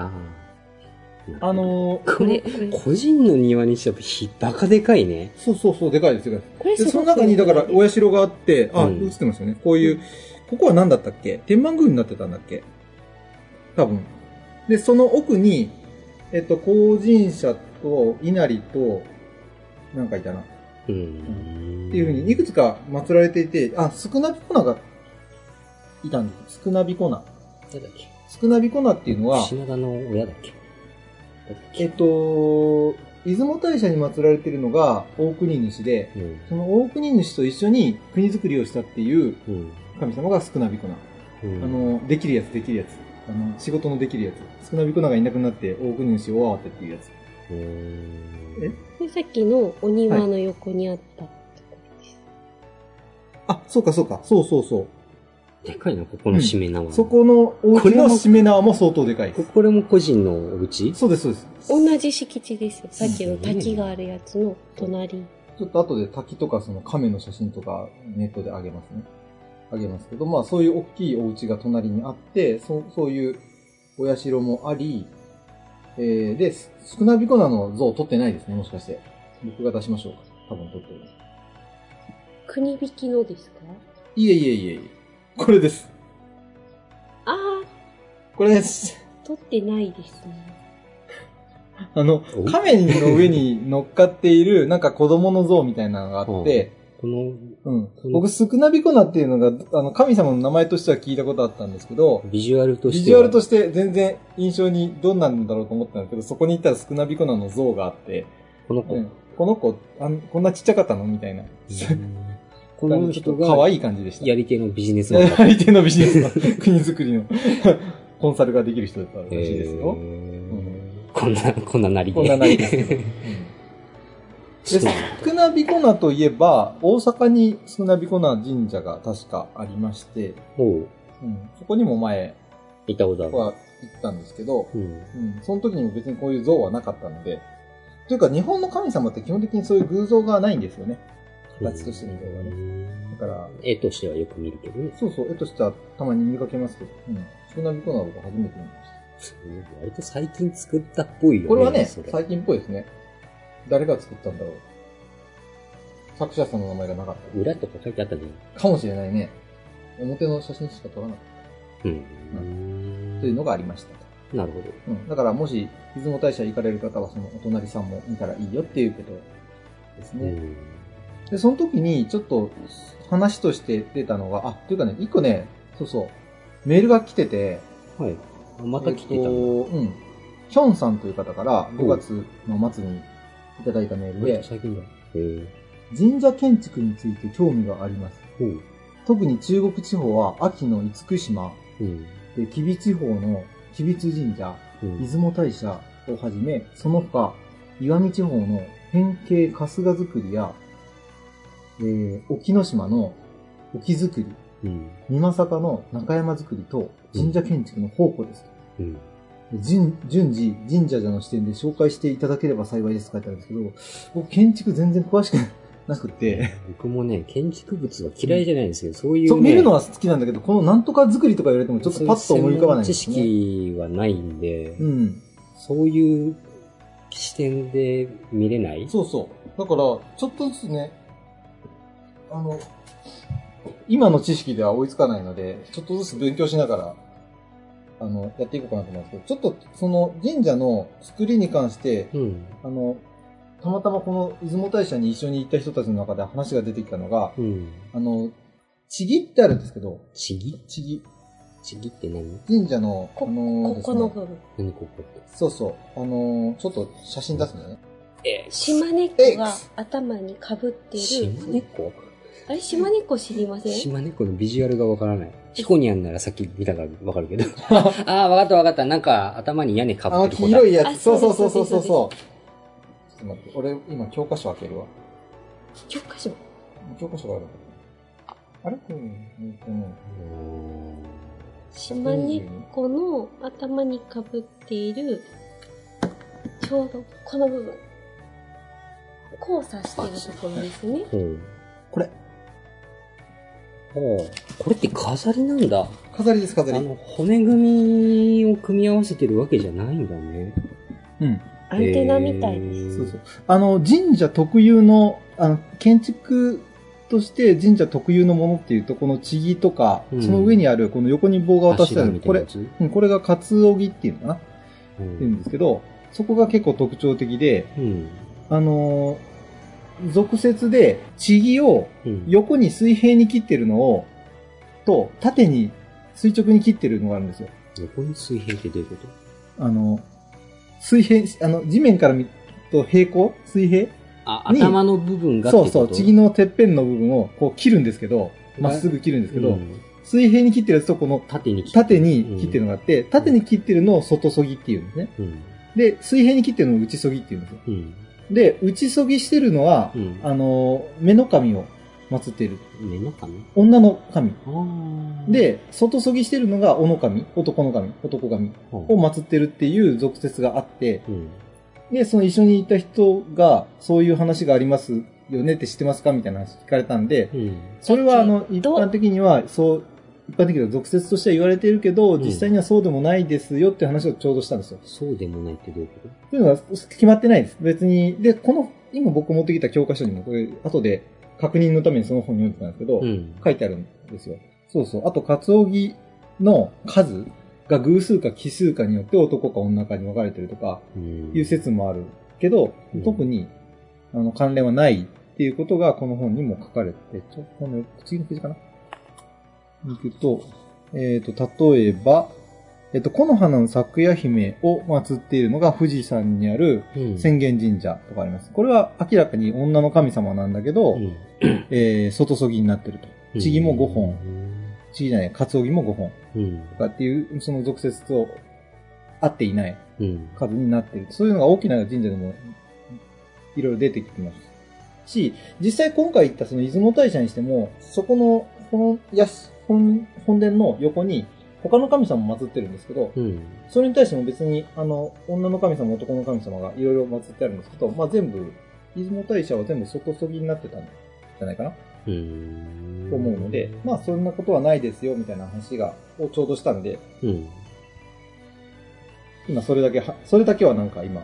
これ、個人の庭にしてはバカでかいね。 そう、でかいですよ。で、その中にだからお社があって、映ってますよね。こういう、ここは何だったっけ？天満宮になってたんだっけ？多分。で、その奥に、後神社と稲荷と、なんかいたな。っていうふうに、いくつか祀られていて、スクナビコナがいたんです。スクナビコナ。 誰だっけ？ スクナビコナっていうのは、 品田の親だっけ？ 出雲大社に祀られているのが大国主で、その大国主と一緒に国づくりをしたっていう神様がスクナビコナ。できるやつ。仕事のできるやつ。スクナビコナがいなくなって大国主をわってっていうやつ。 で、さっきのお庭の横にあったところです。 そうか。そう。 でかいな、ここのしめ縄。 そこのお家のしめ縄も相当でかいです。 これも個人のお家？ そうです。 同じ敷地ですよ。さっきの滝があるやつの隣。 ちょっと後で滝とかその亀の写真とかネットで上げますけど、まあそういう大きいお家が隣にあって、そういうお社もあり、で、スクナビコナの像撮ってないですね、もしかして。僕が出しましょうか。多分撮ってる。 国引きのですか？ いえ。これです。これです。 撮ってないですね。 亀の上に乗っかっている、なんか子供の像みたいなのがあって、僕、スクナビコナっていうのが、神様の名前としては聞いたことあったんですけど、 ビジュアルとして全然印象にどんなんだろうと思ったんだけど、そこに行ったらスクナビコナの像があって、この子、こんなちっちゃかったのみたいな。 この人が、 可愛い感じでした。 やり手のビジネスマン。 やり手のビジネスマン。国づくりのコンサルができる人だったらしいですよ。 こんななりで。 こんななりですけど。で、スクナビコナといえば、大阪にスクナビコナ神社が確かありまして、そこにも前、 行ったことある。 行ったんですけど、その時にも別にこういう像はなかったので、というか日本の神様って基本的にそういう偶像がないんですよね。形としてみたいなね。だから、 絵としてはよく見るけどね。 そう、絵としてはたまに見かけますけど、スクナビコナは僕初めて見ました。 割と最近作ったっぽいよね。 これはね、最近っぽいですね。誰が作ったんだろう。作者さんの名前がなかった。 裏とか書いてあったね。 かもしれないね。表の写真しか撮らなかった。というのがありました。 なるほど。 だからもし、出雲大社行かれる方はそのお隣さんも見たらいいよっていうことですね。で、その時にちょっと話として出たのが、というかね、一個ね、メールが来てて、 また来てたの？ヒョンさんという方から5月の末にいただいたメールで、 最近だ。 神社建築について興味があります。特に中国地方は秋の厳島、で吉備地方の吉備津神社、出雲大社をはじめ、その他、石見地方の変形春日作りや、沖ノ島の沖作り、美作の中山作りと神社建築の宝庫ですと。 順次、神社の視点で紹介していただければ幸いですって書いてあるんですけど、僕、建築全然詳しくなくて。 僕もね、建築物は嫌いじゃないんですけど、そういう、ね。 そう、見るのは好きなんだけど、このなんとか作りとか言われてもちょっとパッと思い浮かばないんですね。 知識はないんで、そういう視点で見れない？ そうそう。だから、ちょっとずつね、今の知識では追いつかないので、ちょっとずつ勉強しながら、やっていこうかなと思うんですけど、ちょっとその神社の作りに関して、たまたまこの出雲大社に一緒に行った人たちの中で話が出てきたのが、ちぎってあるんですけど、 ちぎって何？ 神社の、 ここの部分。 何ここって？ そうそう。ちょっと写真出すんだよね。 島根っこが頭に被っている。 島根っこ？ あれ、島根っこ知りません？ 島根っこのビジュアルがわからない。ヒコニャンならさっき見たからわかるけど。ああ、わかった。なんか頭に屋根被ってる子だ。 黄色いやつ。そう。ちょっと待って、俺今教科書開けるわ。 教科書がある。あれ？ 島根っこの頭に被っている、ちょうどこの部分。交差しているところですね。 これ。 これって飾りなんだ。 飾りです、飾り。 骨組みを組み合わせてるわけじゃないんだね。 アンテナみたいです。 そう。神社特有の、建築として神社特有のものっていうと、このちぎとか、その上にある、この横に棒が渡してある、これがカツオギっていうのかなっていうんですけど、そこが結構特徴的で、俗説で、ちぎを横に水平に切ってるのを、と、縦に垂直に切ってるのがあるんですよ。 横に水平ってどういうこと？水平、地面から見ると平行？水平？ 頭の部分がってこと？ そう、ちぎのてっぺんの部分をこう切るんですけど、まっすぐ切るんですけど、水平に切ってるやつとこの縦に切ってるのがあって、縦に切ってるのを外そぎっていうんですね。で、水平に切ってるのを内そぎっていうんですよ。で、内そぎしてるのは、目の神を祀っている。 目の神？ 女の神。で、外そぎしてるのが男の神を祀ってるっていう俗説があって、で、その一緒にいた人が、そういう話がありますよねって知ってますかみたいな話聞かれたんで、それは一般的には、一般的な俗説としては言われているけど、実際にはそうでもないですよっていう話をちょうどしたんですよ。 そうでもないってどういうこと？ というのは決まってないです。別に。で、今僕持ってきた教科書にもこれ、後で確認のためにその本に読んでたんですけど、書いてあるんですよ。そう。あと、カツオギの数が偶数か奇数かによって男か女かに分かれてるとか、いう説もあるけど、特に、関連はないっていうことがこの本にも書かれて、次のページかな？行くと、例えば、木の花の咲夜姫を祀っているのが富士山にある浅間神社とかあります。これは明らかに女の神様なんだけど、外そぎになってると。ちぎも5本。ちぎじゃない、かつおぎも5本。とかっていう、その俗説と合っていない数になっている。そういうのが大きな神社でもいろいろ出てきてますし、実際今回行ったその出雲大社にしても、そこの、本殿の横に他の神様も祀ってるんですけど、それに対しても別に女の神様、男の神様がいろいろ祀ってあるんですけど、まあ全部、出雲大社は全部外そぎになってたんじゃないかなと思うので、まあそんなことはないですよみたいな話をちょうどしたんで、今それだけはなんか今、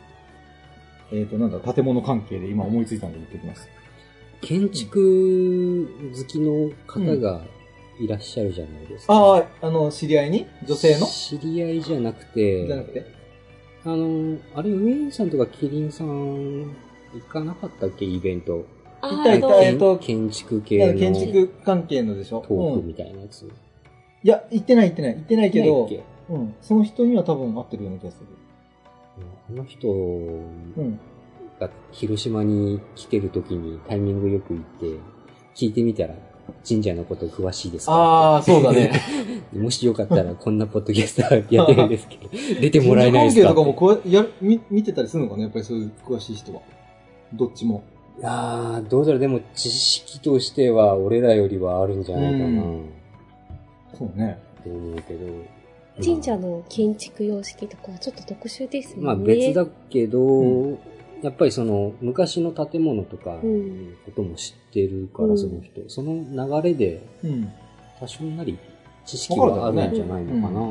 建物関係で今思いついたんで言ってきます。 建築好きの方がいらっしゃるじゃないですか。 知り合いに女性の知り合いじゃなくて、あれ、ウェインさんとかキリンさん行かなかったっけ、イベント。建築系の。 建築関係のでしょ。 トークみたいなやつ。 いや、行ってないけど、その人には多分合ってるような気がする。 あの人が広島に来てる時にタイミングよく行って、聞いてみたら、神社のこと詳しいですか？ そうだね。 もしよかったらこんなポッドキャスターやってるんですけど、出てもらえないですか？ 関係とかも見てたりするのかね、やっぱりそういう詳しい人は。どっちも。 いやー、どうだろう、でも知識としては俺らよりはあるんじゃないかな。 そうね。 って思うけど。 神社の建築様式とかはちょっと特殊ですね。 まあ別だけど、やっぱりその昔の建物とかことも知ってるから、その人、その流れで多少なり知識があるんじゃないのかな、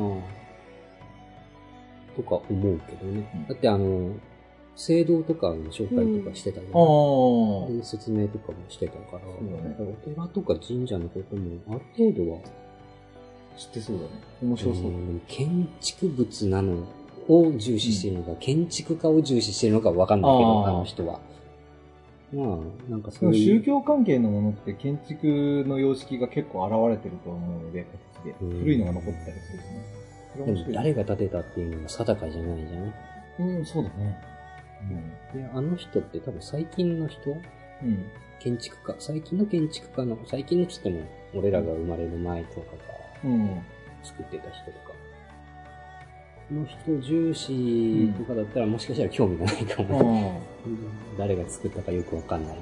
とか思うけどね。だって聖堂とかの紹介とかしてたじゃん。で説明とかもしてたから、お寺とか神社のこともある程度は知ってそうだね。面白そう。 建築物なのを重視しているのか、建築家を重視しているのかわかんないけど、あの人は。まあ、なんかそういう。 宗教関係のものって建築の様式が結構現れてると思うので、古いのが残ってたりするね。でも誰が建てたっていうのが定かじゃないじゃない？ そうだね。 で、あの人って多分最近の人、建築家、最近の建築家の、最近の人も俺らが生まれる前とかから作ってた人とか、その人重視とかだったらもしかしたら興味がないかも。誰が作ったかよくわかんない。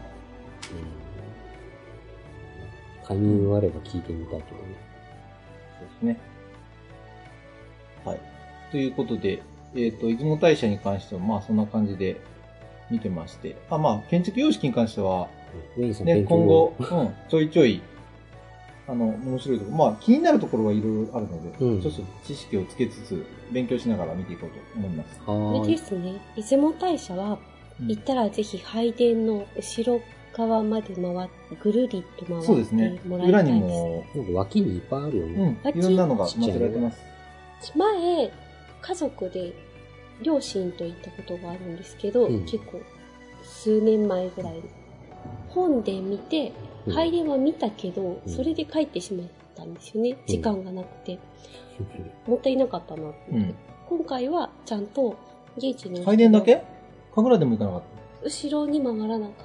タイミングがあれば聞いてみたいけどね。 そうですね。はい。ということで、出雲大社に関しては、まあそんな感じで見てまして。まあ、建築様式に関しては、ね、今後、ちょいちょい、面白いところ、まあ気になるところはいろいろあるので、ちょっと知識をつけつつ、勉強しながら見ていこうと思います。 あれですね、出雲大社は、行ったらぜひ拝殿の後ろ側までぐるりと回ってもらいたいです。 そうですね。裏にも、 脇にいっぱいあるよね。 いろんなのが祀られてます。 前、家族で両親と行ったことがあるんですけど、結構数年前ぐらいに本で見て、拝殿は見たけど、それで帰ってしまったんですよね。時間がなくて。もったいなかったなって、今回はちゃんと現地の拝殿だけ？神楽殿も行かなかった？ 後ろに回らなかった。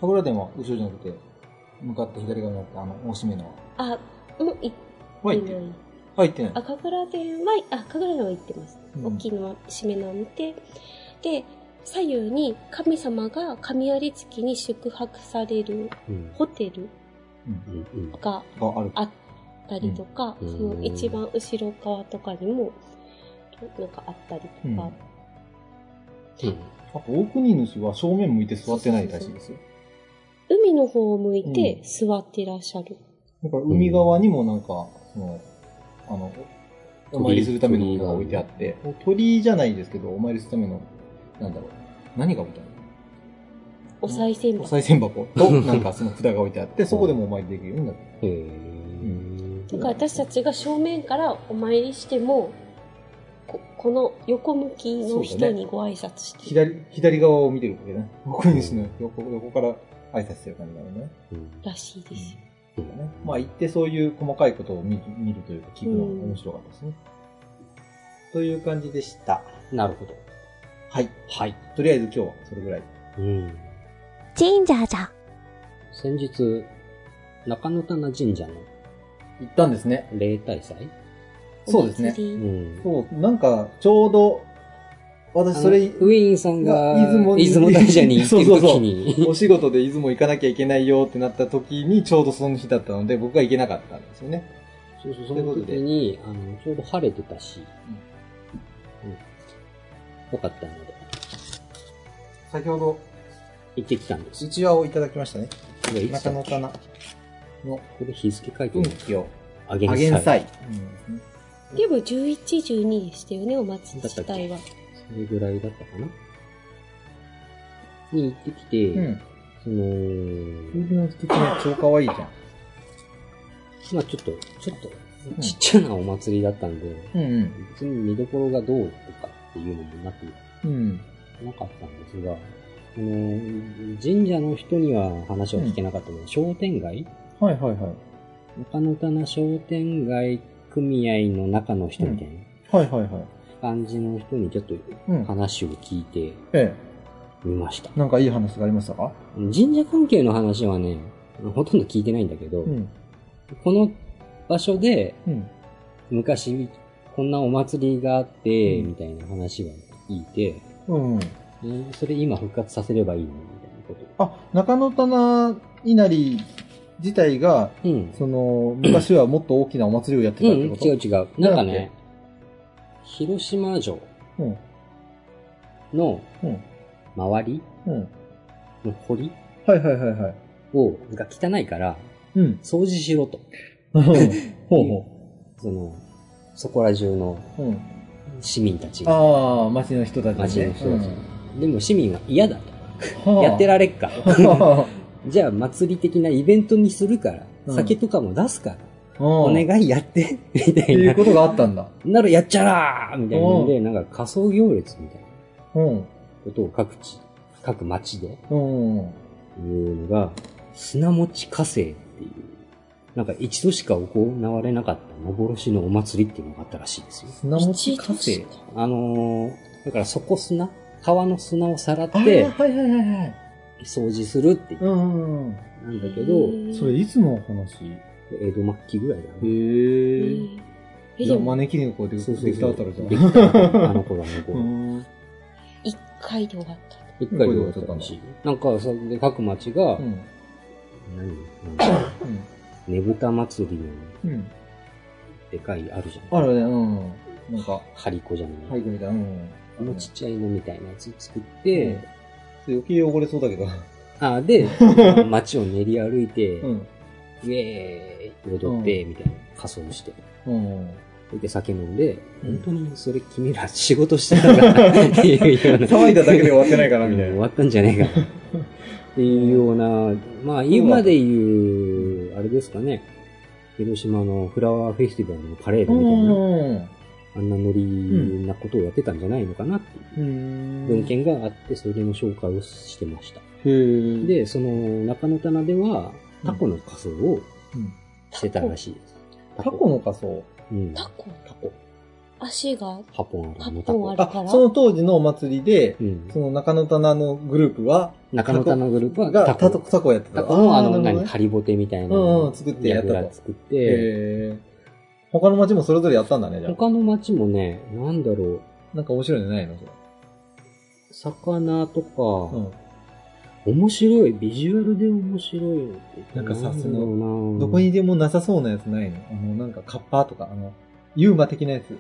神楽殿は後ろじゃなくて、向かって左側にあった大しめの。 もう行ってない。 入ってない。 神楽殿は行ってます。大きなしめ縄を見て、で、左右に神様が神有月に宿泊されるホテルがあったりとか、その一番後ろ側とかにもなんかあったりとか。 あと大国主は正面向いて座ってないらしいですよ。 海の方を向いて座ってらっしゃる。 だから海側にもなんか、お参りするためのものが置いてあって、鳥居じゃないですけど、お参りするための、なんだろう、何が置いてあるの？ お賽銭箱。 お賽銭箱と、なんかその札が置いてあって、そこでもお参りできるようになってる。 だから私たちが正面からお参りしても、この横向きの人にご挨拶して、 左側を見てるわけね。大国主の横から挨拶してる感じなのね。 らしいですよ。 まあ行ってそういう細かいことを見るというか聞くのが面白かったですね。という感じでした。 なるほど。 はい。 はい。 とりあえず今日はそれぐらい。 神社じゃ。 先日、中野棚神社の行ったんですね。 例大祭？ そうですね。そう、なんかちょうど、私それ、 ウィーンさんが出雲大社に行ってる時にそうお仕事で出雲行かなきゃいけないよってなった時にちょうどその日だったので僕は行けなかったんですよね。 そう、その時に、ちょうど晴れてたし、よかったので。 先ほど、 行ってきたんです。 うちわをいただきましたね。中野棚の、 これ日付書いてる。 運気をあげんさい。 でも11、12でしたよね、お祭り自体は。 それぐらいだったかなに行ってきて、 その、風の素敵な超可愛いじゃん。 まあちょっと、ちっちゃなお祭りだったんで、別に見どころがどうとかっていうのもなく、なかったんですが、神社の人には話を聞けなかったので、商店街？中野棚商店街組合の中の人みたいな感じの人にちょっと話を聞いてみました。 なんかいい話がありましたか？ 神社関係の話はね、ほとんど聞いてないんだけど、この場所で、昔こんなお祭りがあって、みたいな話は聞いて、それ今復活させればいいのみたいなこと。 中野棚稲荷自体が、その、昔はもっと大きなお祭りをやってたってこと？ 違う。なんかね、 広島城の周りの堀はいはいはいはい。 が汚いから、掃除しろと。そこら中の市民たちが。 ああ、町の人たちね。 町の人たち。でも市民は嫌だと。やってられっか。じゃあ祭り的なイベントにするから、酒とかも出すから、お願いやって、みたいな。っていうことがあったんだ。 ならやっちゃらーみたいなので、なんか仮装行列みたいなことを各町で、いうのが、砂持ち火星っていう、なんか一度しか行われなかった幻のお祭りっていうのがあったらしいですよ。 砂持ち火星だから川の砂をさらって、掃除するっていう。なんだけど、 それいつの話？ 江戸末期ぐらいだね。 じゃあ招き猫でできたあたらじゃん。 できた。あの頃。 一回で終わった。 一回で終わったらしい。なんか、それで各町が、ねぶた祭りの、でかいあるじゃん。 あるね、なんか、 張り子じゃない。 張り子みたいな。 ちっちゃいのみたいなやつ作って、 余計汚れそうだけど。 で、街を練り歩いて、ウェーイ踊って、みたいな仮装して。で、酒飲んで、本当にそれ君ら仕事してたからっていうような。 騒いだだけで終わってないかなみたいな。 終わったんじゃねえかな。っていうような、まあ今で言う、あれですかね、広島のフラワーフェスティバルのパレードみたいな、あんなノリなことをやってたんじゃないのかなっていう文献があって、それの紹介をしてました。で、その中野棚では、タコの仮装をしてたらしいです。 タコの仮装？ タコ足が 8本あるから。 その当時のお祭りで、その中野棚のグループは、 中野棚のグループはタコやってた。 タコのハリボテみたいな作ってやったと。 作って、 他の町もそれぞれやったんだね、じゃあ。 他の町もね、なんだろう。なんか面白いんじゃないの？ 魚とか、面白い。ビジュアルで面白いのって。 なんかさ、どこにでもなさそうなやつないの？なんかカッパーとか、ユーマ的なやつ。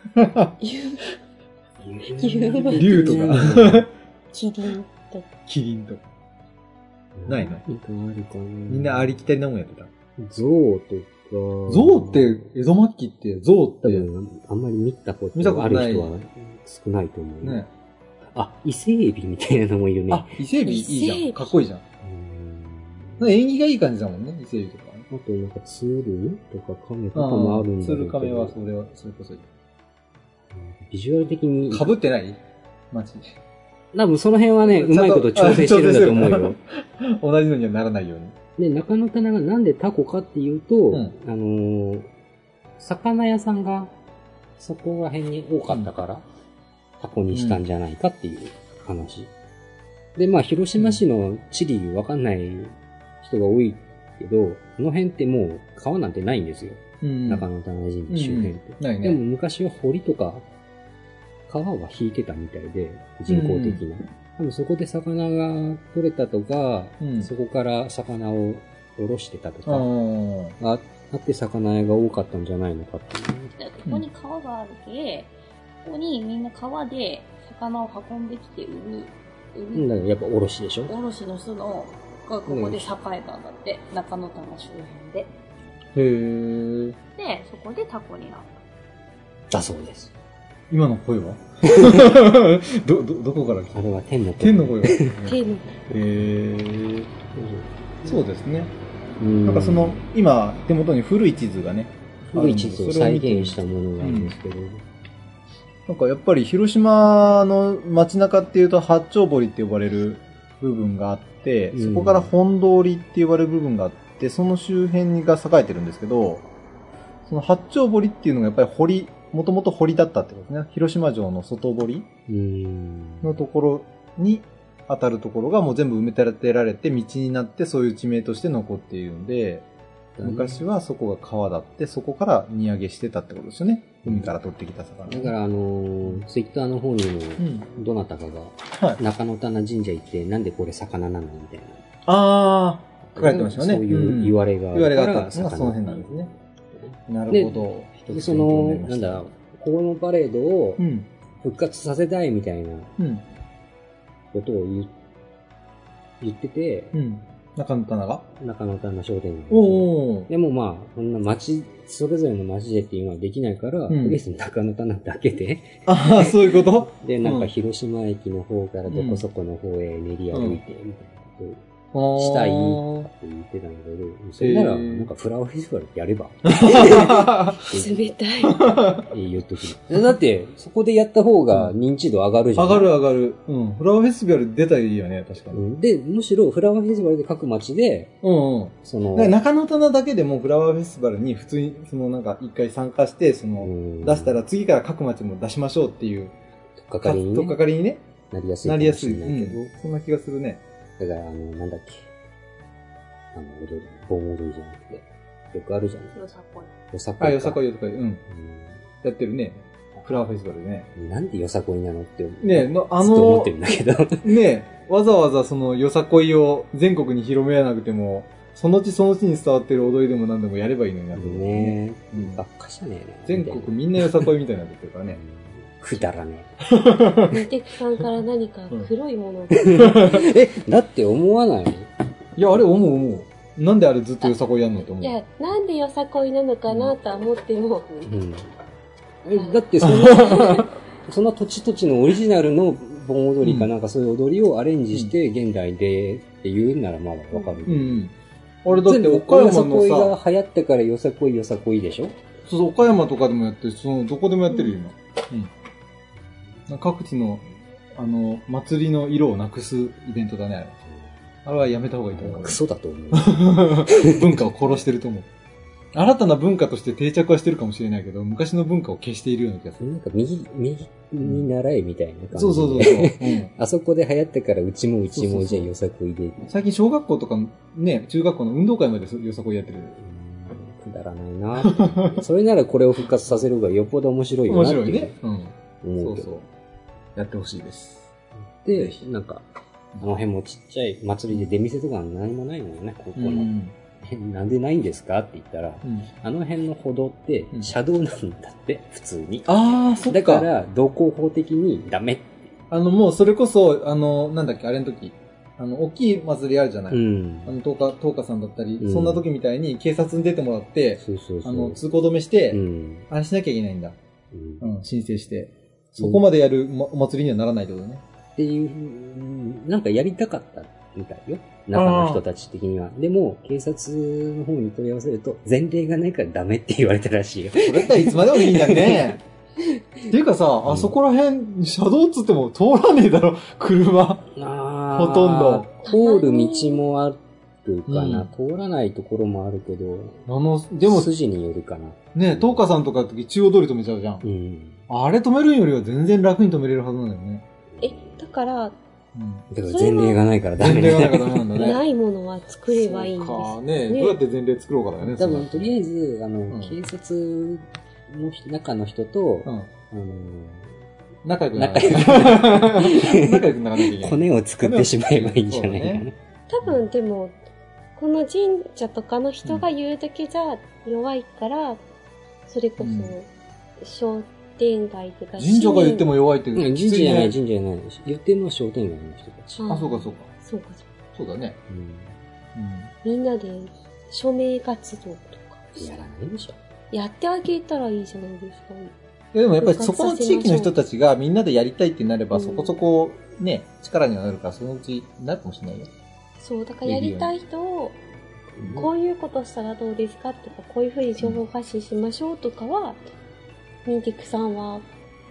竜とか。キリンとか。ないの？みんなありきたりなもんやってた。 ゾウとか。 ゾウって、江戸末期ってゾウって。 あんまり見たことある人は少ないと思う。ね。伊勢エビみたいなのもいるね。 伊勢エビいいじゃん。かっこいいじゃん。縁起がいい感じだもんね、伊勢エビとか。 あとなんかツルとかカメとかもあるんだけど。 ツルカメはそれこそいい。 ビジュアル的に。 被ってないマジで。 多分その辺はね、うまいこと調整してるんだと思うよ。 同じのにはならないようで、 に。 中野棚がなんでタコかっていうと、魚屋さんがそこら辺に多かったから、タコにしたんじゃないかっていう話。で、まあ、広島市の地理わかんない人が多いけど、この辺ってもう川なんてないんですよ。中野棚神社周辺って。ないね。でも昔は堀とか川は引いてたみたいで、人工的な。多分そこで魚が取れたとか、そこから魚をおろしてたとか、あって魚屋が多かったんじゃないのかっていう。 ここに川があるけ、ここにみんな川で魚を運んできて売る。 だからやっぱおろしでしょ？ おろしの人がここで栄えたんだって、中野棚周辺で。で、そこでタコになった。 だそうです。 今の声はどこから来た？ あれは天の声。 天の声は。 天の声。そうですね。なんか今、手元に古い地図がね。 古い地図を再現したものがあるんですけど。 なんかやっぱり広島の街中っていうと八丁堀って呼ばれる部分があって、そこから本通りって呼ばれる部分があって、その周辺が栄えてるんですけど、その八丁堀っていうのがやっぱりもともと堀だったってことですね。広島城の外堀のところに当たるところがもう全部埋め立てられて道になってそういう地名として残っているんで、昔はそこが川だって、そこから荷揚げしてたってことですよね。海から取ってきた魚。 だからツイッターの方にも、どなたかが、中野棚神社行って、なんでこれ魚なのみたいな。 書かれてましたよね。 そういう言われがあったんですが、その辺なんですね。なるほど。 で、なんだ、 このパレードを復活させたいみたいなことを言ってて、 中野棚が中野棚商店街。 おでもまあ、こんな町、それぞれの町でっていうのはできないから、とりあえず中野棚だけで。 ああ、そういうことで、なんか広島駅の方からどこそこの方へ練り歩いて、みたいなことをしたいって言ってたんだけど、それなら、なんかフラワーフェスティバルやれば。 冷たい。 言っとく。だって、そこでやった方が認知度上がるじゃん。 上がる上がる。フラワーフェスティバル出たらいいよね、確かに。 で、むしろフラワーフェスティバルで各町で、 その、中野棚だけでもフラワーフェスティバルに普通に、なんか一回参加して、出したら次から各町も出しましょうっていう。 とっかかりにね。 なりやすい。なりやすい。そんな気がするね。 だから、なんだっけ。盆踊りじゃなくて。よくあるじゃん。 よさこい。 よさこい。 あ、よさこい、よさこい。やってるね。フラワーフェスティバルでね。 なんでよさこいなのって。 ねずっと思ってるんだけど。 ねわざわざそのよさこいを全国に広めやなくても、そのうちに伝わってる踊りでも何でもやればいいのになってね。ばっかじゃねえな。 全国みんなよさこいみたいになってるからね。 くだらねえ。ミテクさんから何か黒いものが。 だって思わない？ いや、あれ思う。なんであれずっとよさこいやんのって思う。 いや、なんでよさこいなのかなとは思っても。 だってその土地土地のオリジナルの盆踊りかなんかそういう踊りをアレンジして現代でって言うならまだわかる。 あれだって岡山のさ。よさこいが流行ってからよさこいでしょ？ そう、岡山とかでもやってる、どこでもやってるよ、今。各地の、祭りの色をなくすイベントだね、あれ。あれはやめた方がいいと思う。 クソだと思う。 文化を殺してると思う。新たな文化として定着はしてるかもしれないけど、昔の文化を消しているような気がする。 なんか右に習えみたいな感じで。 そう。 あそこで流行ってからうちもじゃあよさこいで。 最近小学校とかね、中学校の運動会までよさこいやってる。 くだらないな。それならこれを復活させる方がよっぽど面白いよなっていう。面白いね。思うけど。そう。 やってほしいです。 で、なんか、あの辺もちっちゃい祭りで出店とか何もないのよね、ここの。なんでないんですかって言ったら、あの辺の歩道って車道なんだって、普通に。 ああ、そっか。 だから、道交法的にダメって。 もうそれこそ、なんだっけ、あれの時、大きい祭りあるじゃない。10日さんだったり、そんな時みたいに警察に出てもらって、通行止めして、あれしなきゃいけないんだ。申請して。そこまでやるお祭りにはならないってことね。 っていう、なんかやりたかったみたいよ。中の人たち的には。でも、警察の方に問い合わせると、前例がないからダメって言われたらしいよ。 それだったらいつまでもいいんだね。っていうかさ、あそこら辺、車道っつっても通らねえだろ、車。ほとんど。 通る道もあるかな。通らないところもあるけど。でも、筋によるかな。 ねえ、東華さんとかの時中央通り止めちゃうじゃん。あれ止めるよりは全然楽に止めれるはずなんだよね。 だから、 だから前例がないからダメ。 前例がないからダメなんだね。 ないものは作ればいいんです。 ね。どうやって前例作ろうかだよね。 多分、とりあえず、警察の中の人と、 仲良くならなきゃいけない。 コネを作ってしまえばいいんじゃないかな。 多分、でも、この神社とかの人が言うだけじゃ弱いから、それこそ、商店街とか。 神社が言っても弱いって神社じゃない。言ってるのは商店街の人たち。 そうか。そうだね。 みんなで署名活動とか。 やらないでしょ。 やってあげたらいいじゃないですか。 でもやっぱりそこの地域の人たちがみんなでやりたいってなれば、そこそこね、力にはなるから、そのうちなるかもしれないよ。 そう、だからやりたい人を、こういうことしたらどうですかとか、こういうふうに情報発信しましょうとかは、ミンティクさんは、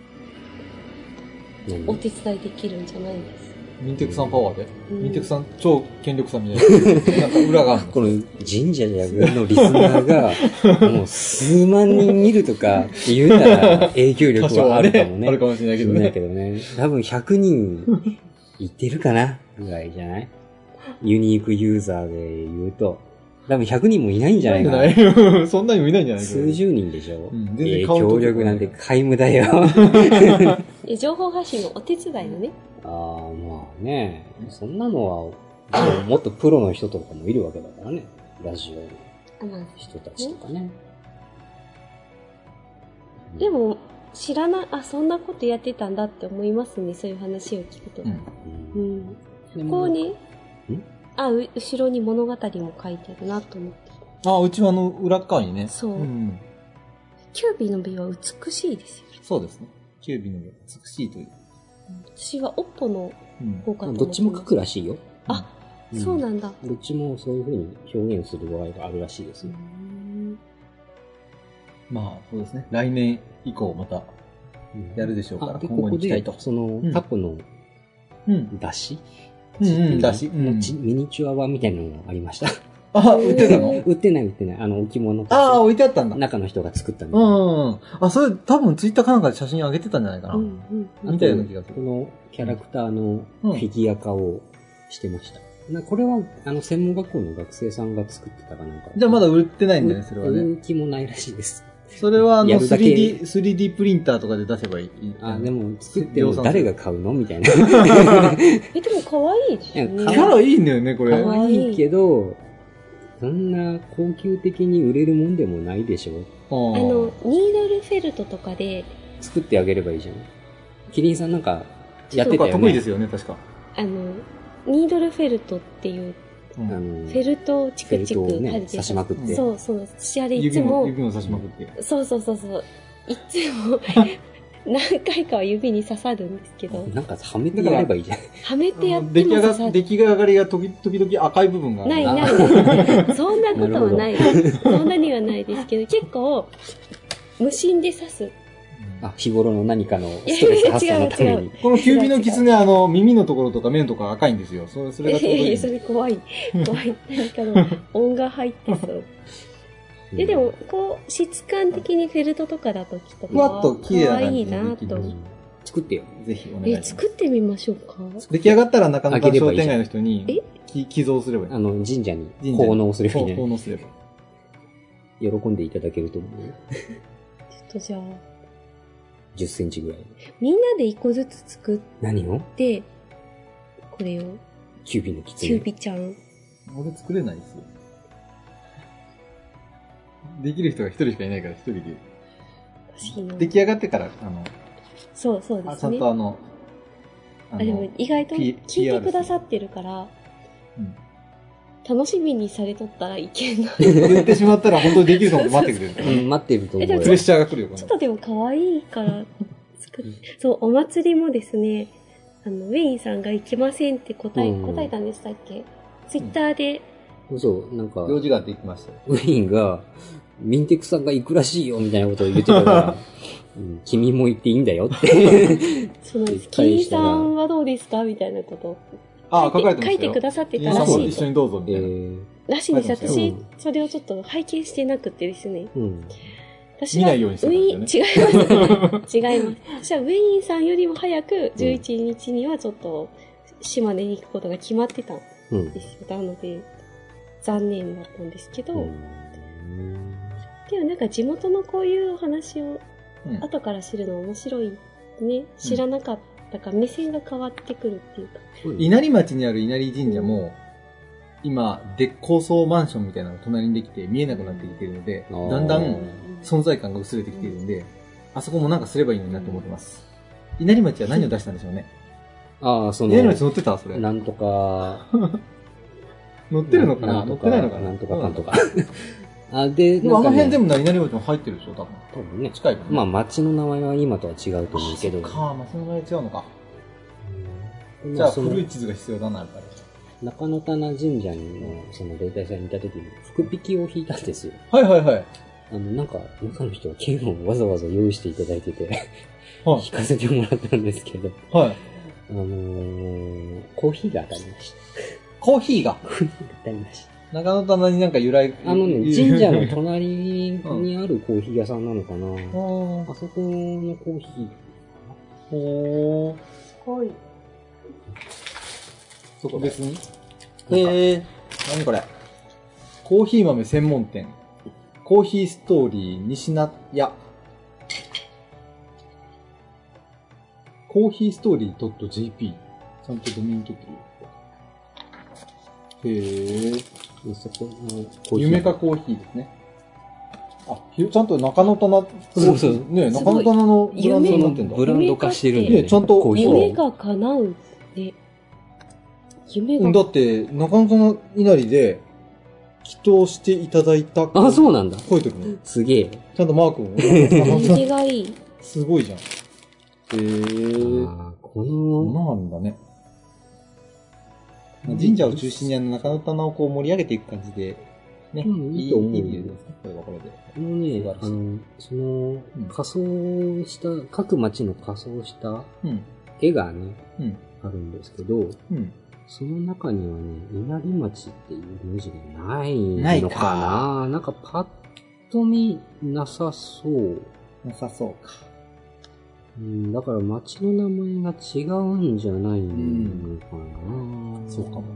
お手伝いできるんじゃないですか。 ミンテクさんパワーで、ミンテクさん超権力さんみたいな。なんか裏がある。 この神社のリスナーが、もう数万人見るとかって言うなら影響力はあるかもね。 あるかもしれないけどね。多分100人いってるかなぐらいじゃない？ユニークユーザーで言うと。多分100人もいないんじゃないかな。 そんなにもいないんじゃないかな。 数十人でしょ。協力なんて皆無だよ。 情報発信のお手伝いのね。 まあね。そんなのは、もっとプロの人とかもいるわけだからね。ラジオの人たちとかね。 でも、 知らない、あ、そんなことやってたんだって思いますね、そういう話を聞くと。うん。こうね、後ろに物語も書いてるなと思って。 うちわの裏側にね。 そう。キュービーの美は美しいですよ。 そうですね。キュービーの美は美しいという。 私はオッポの方かと思って。 どっちも書くらしいよ。 あ、そうなんだ。 どっちもそういう風に表現する場合があるらしいですね。 まあ、そうですね。来年以降またやるでしょうから、 今後に期待と。その、過去の出し出しミニチュア版みたいなのがありました。 売ってたの？ 売ってない。置物。 置いてあったんだ。 中の人が作ったみたいな。 それ多分ツイッターかなんかで写真上げてたんじゃないかな。みたいな気がする。 このキャラクターのフィギュア化をしてました。これは、専門学校の学生さんが作ってたかなんか。 じゃあまだ売ってないんだね、それはね。 売る気もないらしいです。 それは3D プリンターとかで出せばいい。 でも作っても誰が買うのみたいな。 でも可愛いですよね。 キャラいいんだよね、これ。 可愛いけど、そんな高級的に売れるもんでもないでしょ。 ニードルフェルトとかで作ってあげればいいじゃん。キリンさんなんかやってたよね。 得意ですよね、確か。 ニードルフェルトっていう、フェルトをチクチク刺しまくって。 そう。私あれいつも。 指も刺しまくって。 そう。いつも、何回かは指に刺さるんですけど。 なんかはめてやればいいじゃん。 はめてやっても刺さる。 出来上がりが時々赤い部分がある。 ない。そんなことはない。そんなにはないですけど、結構、無心で刺す。 日頃の何かのストレス発散のために。 このキュービのキツネ、耳のところとか目のところ赤いんですよ。それがちょうどいい。 それ怖い。何かの音が入ってそう。でも、質感的にフェルトとかだときっとふわっと綺麗な感じで。可愛いなと。 作ってよ。 ぜひお願いします。 作ってみましょうか。 出来上がったら中野商店街の人に寄贈すればいい。 神社に奉納すればいいね。 奉納すれば。 喜んでいただけると思うよ。 ちょっとじゃあ。 10センチぐらい。 みんなで1個ずつ作って。 何を？ で、これを。 キュービのキツネ。 キュービちゃん。 俺作れないですよ。できる人が一人しかいないから一人で。出来上がってから、 そうですね。 ちゃんとでも意外と聞いてくださってるから、楽しみにされとったらいけんな。 言ってしまったら本当にできると思って待ってくれるから。 待ってると思うよ。 プレッシャーが来るよ。 ちょっとでも可愛いから作って。そう、お祭りもですね、ウェインさんが行けませんって答えたんでしたっけ？ツイッターで。 そう、なんか。 用事があって行きました。 ウェインが、ミンテクさんが行くらしいよみたいなことを言ってたから、君も行っていいんだよって。 そうなんです。キリンさんはどうですかみたいなことを。 書かれてましたよ。 書いてくださってたらしい。一緒にどうぞみたいな。 らしいんです。私、それをちょっと拝見してなくてですね。 見ないようにしてたんですよね。 違います。私はウェインさんよりも早く11日にはちょっと島根に行くことが決まってたんですよ。なので、残念だったんですけど、でもなんか地元のこういうお話を後から知るの面白いね。知らなかったから目線が変わってくるっていうか。 稲荷町にある稲荷神社も、今、高層マンションみたいなのが隣にできて見えなくなってきているので、だんだん存在感が薄れてきているんで、あそこもなんかすればいいのになって思ってます。稲荷町は何を出したんでしょうね。稲荷町乗ってたそれ。 なんとか。 乗ってるのかな乗ってないのかななんとかかんとか。 でも稲荷町も入ってるでしょ多分ね。 近いからね。 まあ町の名前は今とは違うと思うけど。 町の名前違うのか。じゃあ古い地図が必要だな、やっぱり。 中野棚神社のその例大祭にいた時に福引きを引いたんですよ。 はいはいはい。 なんか中の人は剣をわざわざ用意していただいてて引かせてもらったんですけど、 はい。 コーヒーが当たりました。 コーヒーが当たりました。 中野棚になんか由来神社の隣にあるコーヒー屋さんなのかな。あそこのコーヒー。 すごい。 そこ別に何これ。コーヒー豆専門店。コーヒーストーリー西名屋。コーヒーストーリー .jp。ちゃんとドメイン取ってるよ。そこの夢かコーヒーですね。 あ、ちゃんと中野棚、 そうそう。 ね、中野棚のブランドになってんだ。 ブランド化してるんで、 ね。ちゃんと。 夢が叶うって。夢が。 だって、中野棚稲荷で、祈祷していただいた。 あ、そうなんだ。 書いてくる。 すげえ。 ちゃんとマークも。 人気がいい。 すごいじゃん。 こんなあるんだね。神社を中心に中野棚をこう盛り上げていく感じで、ね。 いいと思う。いいですね。これはこれで。 その、仮装した、各町の仮装した絵がね、あるんですけど、その中にはね、稲荷町っていう文字がないのかな。なんかパッと見なさそう。 なさそうか。 だから町の名前が違うんじゃないのかな。 そうかも。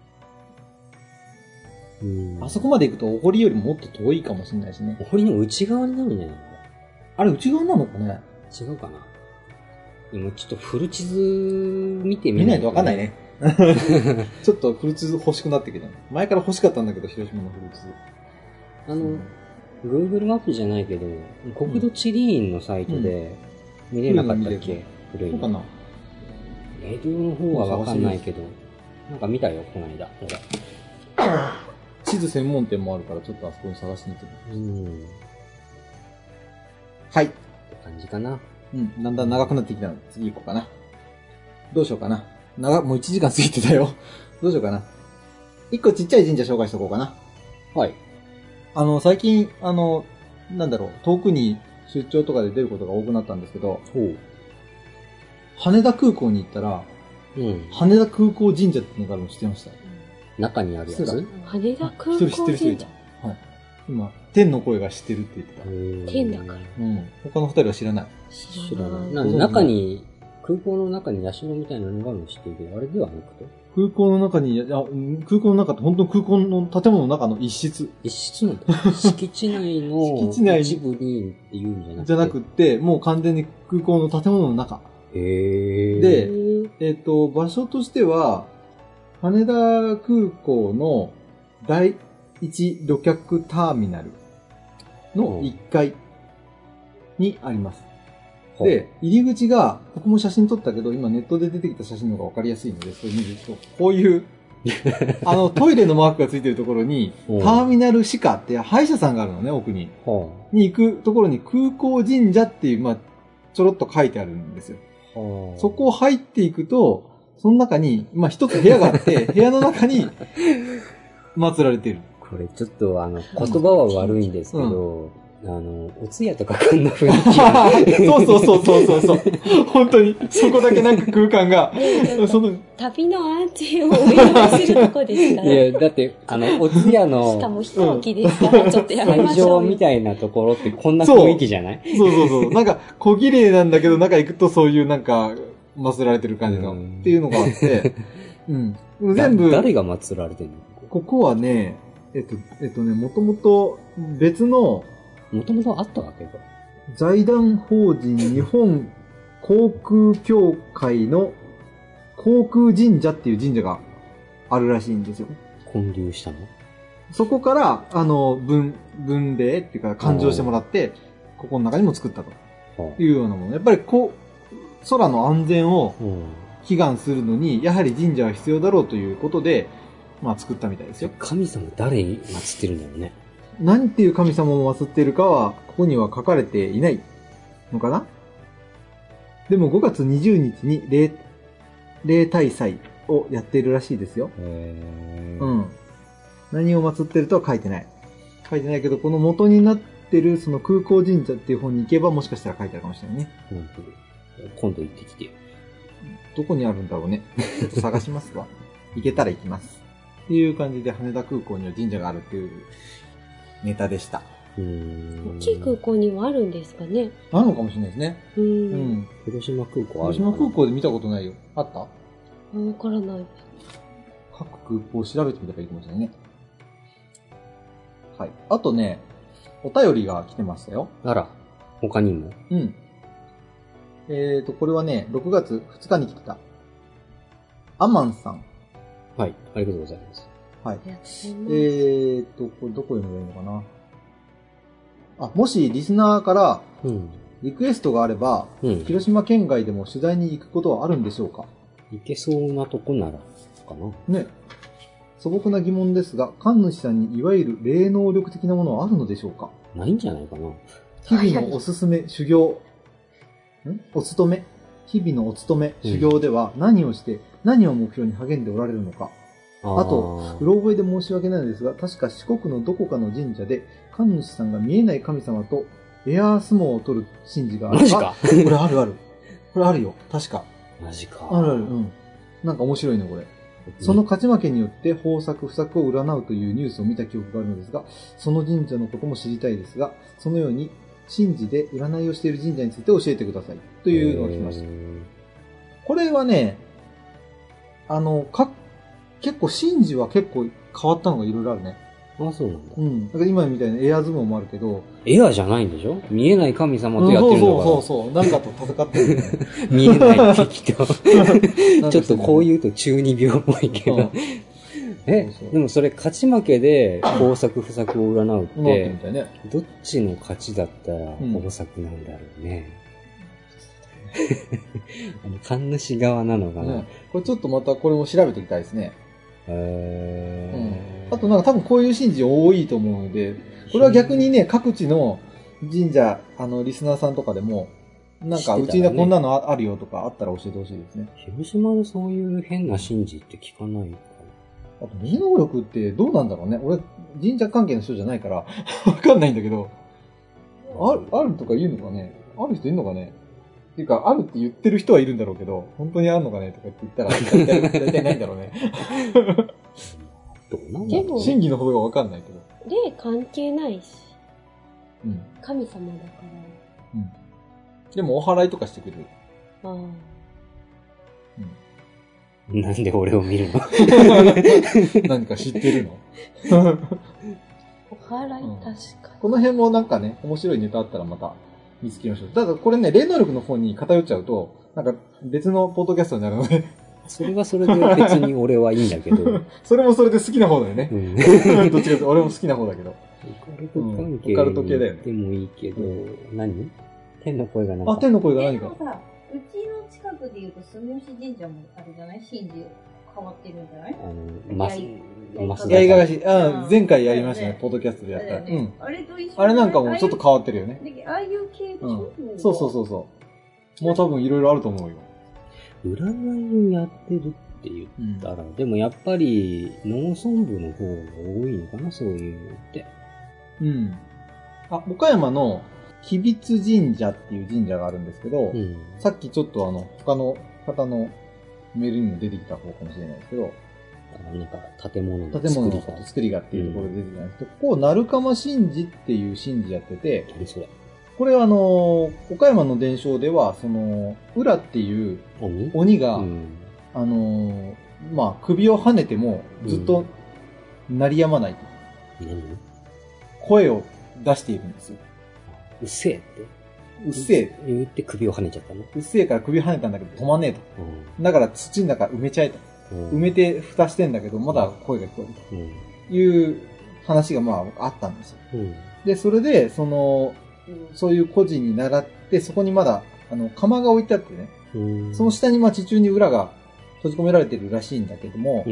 あそこまで行くとお堀よりももっと遠いかもしれないしね。 お堀の内側になるんじゃないの？ あれ内側なのかね？ 違うかな。でもちょっとフル地図見てみないとわかんないね。ちょっとフル地図欲しくなってきた。前から欲しかったんだけど、広島のフル地図。 Google マップじゃないけど、国土地理院のサイトで見れなかったっけ？古いの。 そうかな。 江戸の方はわかんないけど、なんか見たよ、この間。俺。 地図専門店もあるから、ちょっとあそこに探しに行ってみます。はい。 って感じかな。 だんだん長くなってきたので、次行こうかな。どうしようかな。もう1時間過ぎてたよ。どうしようかな。一個ちっちゃい神社紹介しとこうかな。 はい。 最近、なんだろう、遠くに出張とかで出ることが多くなったんですけど、羽田空港に行ったら、羽田空港神社ってのがあるの知ってました？ 中にあるやつ？ 羽田空港神社。 一人知ってる人いた。はい。今、天の声が知ってるって言ってた。天だから。 他の二人は知らない。 知らない。 中に、空港の中に社みたいなのがあるの知ってるけど、あれではなくて？ 空港の中に、空港の中って本当に空港の建物の中の一室。 一室なんだ。敷地内の一部にっていうんじゃなくて。 じゃなくて、もう完全に空港の建物の中。で、場所としては、羽田空港の第一旅客ターミナルの1階にあります。で、入り口が、僕も写真撮ったけど、今ネットで出てきた写真の方がわかりやすいので、それ見ると、こういう、トイレのマークがついてるところに、ターミナル歯科って歯医者さんがあるのね、奥に。に行くところに空港神社っていう、ちょろっと書いてあるんですよ。そこを入っていくと、その中に、一つ部屋があって、部屋の中に祀られている。 これちょっと言葉は悪いんですけど、お通夜とかこんな雰囲気。 そう。本当に、そこだけなんか空間が、 旅の安全をお願いするとこですから。 いや、だって、お通夜の、 しかも飛行機ですから、ちょっとやめましょう。 会場みたいなところってこんな雰囲気じゃない？ そう。なんか、小綺麗なんだけど、中行くとそういうなんか、祀られてる感じの、っていうのがあって、全部。 誰が祀られてるの？ ここはね、もともと別の、 もともとあったわけか。 財団法人日本航空協会の航空神社っていう神社があるらしいんですよ。 建立したの？ そこから、分霊っていうか、勘定してもらって、ここの中にも作ったというようなもの。やっぱり空の安全を祈願するのに、やはり神社は必要だろうということで、作ったみたいですよ。 神様誰に祀ってるんだろうね。 何ていう神様を祀っているかは、ここには書かれていないのかな？でも5月20日に例大祭をやっているらしいですよ。何を祀ってるとは書いてない。書いてないけど、この元になってるその空港神社っていう本に行けばもしかしたら書いてあるかもしれないね。 今度行ってきて。 どこにあるんだろうね。ちょっと探しますわ。行けたら行きます。っていう感じで羽田空港には神社があるっていうネタでした。 大きい空港にはあるんですかね？ あるのかもしれないですね。 広島空港ある？ 広島空港で見たことないよ。あった？ わからない。 各空港を調べてみたらいいかもしれないね。はい。あとね、お便りが来てましたよ。 あら、他にも？ これはね、6月2日に来てた。アマンさん。 はい、ありがとうございます。 はい。これどこ読めばいいのかな。 もしリスナーからリクエストがあれば、広島県外でも取材に行くことはあるんでしょうか？ 行けそうなとこなら、かな。 ね。素朴な疑問ですが、神主さんにいわゆる霊能力的なものはあるのでしょうか？ ないんじゃないかな。 日々のおすすめ、修行、お勤め、日々のお勤め、修行では何をして、何を目標に励んでおられるのか。あと、うろ覚えで申し訳ないのですが、確か四国のどこかの神社で、神主さんが見えない神様とエアー相撲を取る神事がある。 マジか。 これあるある。これあるよ。確か。 マジか。 あるある。うん。なんか面白いね、これ。その勝ち負けによって豊作、不作を占うというニュースを見た記憶があるのですが、その神社のことも知りたいですが、そのように神事で占いをしている神社について教えてください。というのが来ました。これはね、結構神事は結構変わったのがいろいろあるね。 あ、そうなんだ。 うん。だから今みたいなエア相撲もあるけど。 エアじゃないんでしょ？見えない神様とやってるのか。 そう。なんかと戦ってる、ね。 見えない敵と。ちょっとこう言うと中二病っぽいけど。でもそれ勝ち負けで豊作不作を占うって、どっちの勝ちだったら豊作なんだろうね。神主側なのかな、 これちょっとまたこれも調べておきたいですね。あとなんか多分こういう神事多いと思うので、これは逆にね、各地の神社、リスナーさんとかでも、なんかうちにこんなのあるよとかあったら教えてほしいですね。 広島でそういう変な神事って聞かないかな。 あと、霊能力ってどうなんだろうね。俺、神社関係の人じゃないから、わかんないんだけど、あるとか言うのかね。ある人いるのかね。っていうか、あるって言ってる人はいるんだろうけど、本当にあるのかねとかって言ったら、大体ないんだろうね。 どうなんだろう。 真偽のほどがわかんないけど。 霊関係ないし。 うん。 神様だから。 うん。でも、お祓いとかしてくれる。 ああ。 うん。なんで俺を見るの？ 何か知ってるの？ お祓い、確かに。 この辺もなんかね、面白いネタあったらまた見つけましょう。ただこれね、霊能力の方に偏っちゃうと、なんか別のポッドキャストになるので。 それはそれで別に俺はいいんだけど。 それもそれで好きな方だよね。どっちかというと俺も好きな方だけど。 オカルト関係オカルト系だよね。 でもいいけど、何？天の声が何か。 あ、天の声が何か。 でもさ、うちの近くで言うと住吉神社もあれじゃない？神事変わってるんじゃない？ 八重樫し、前回やりましたね、ポッドキャストでやった。うん。 あれと一緒。 あれなんかもちょっと変わってるよね。 ああいう系でしょ？ そう。もう多分いろいろあると思うよ。 占いをやってるって言ったら、でもやっぱり農村部の方が多いのかな、そういうのって。 うん。岡山の吉備津神社っていう神社があるんですけど、さっきちょっと他の方のメールにも出てきた方かもしれないですけど、 なんか建物の作りがっていうところで出てきたんですけど、ここ、鳴釜神事っていう神事やってて、 何それ？ これは岡山の伝承では、浦っていう鬼が、首を跳ねてもずっと鳴り止まないと。声を出しているんですよ。 うっせえってうっせえ。 言って首を跳ねちゃったの？ うっせえから首を跳ねたんだけど止まんねえと。だから土の中埋めちゃえと。埋めて蓋してんだけど、まだ声が聞こえるという話があったんですよ。で、それで、そういう故事に倣って、そこにまだ、釜が置いてあってね、その下に地中に裏が閉じ込められてるらしいんだけども、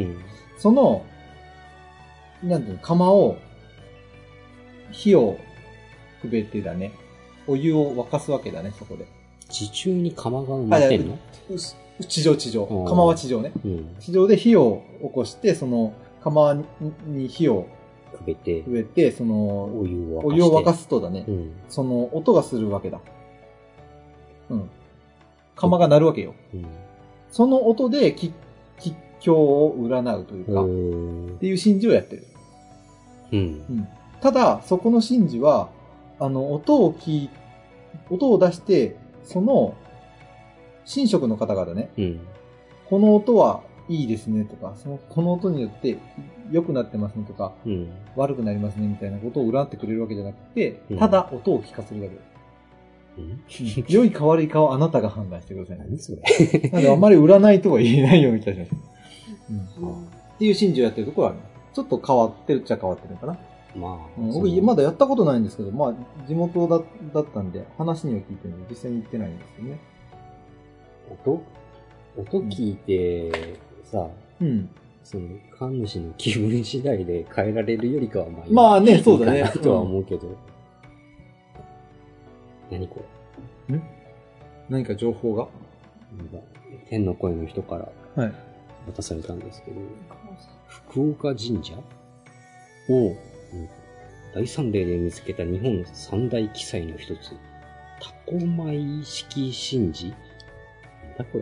なんていうの、釜を、火をくべてだね、お湯を沸かすわけだね、そこで。 地中に釜が埋まってんの？ 地上。釜は地上ね。地上で火を起こして、その釜に火をくべて、 お湯を沸かすとだね、その音がするわけだ。釜が鳴るわけよ。その音で吉凶を占うというか、っていう神事をやってる。ただ、そこの神事は、音を出して、神職の方々ね、この音はいいですねとか、この音によって良くなってますねとか、悪くなりますねみたいなことを占ってくれるわけじゃなくて、ただ音を聞かせるだけ。良いか悪いかをあなたが判断してください。 何それ？ なのであんまり占いとは言えないような気がします。っていう神事をやってるところはある。ちょっと変わってるっちゃ変わってるのかな。 まあ。 僕、まだやったことないんですけど、まあ、地元だったんで、話には聞いてるんで、実際に行ってないんですよね。 音聞いて、さ、その、神主の気分次第で変えられるよりかは、 まあね、そうだね。 とは思うけど。何これ？何か情報が？ 天の声の人から渡されたんですけど、福岡神社？第三例で見つけた日本三大奇祭の一つ、タコ舞式神事？なんだこ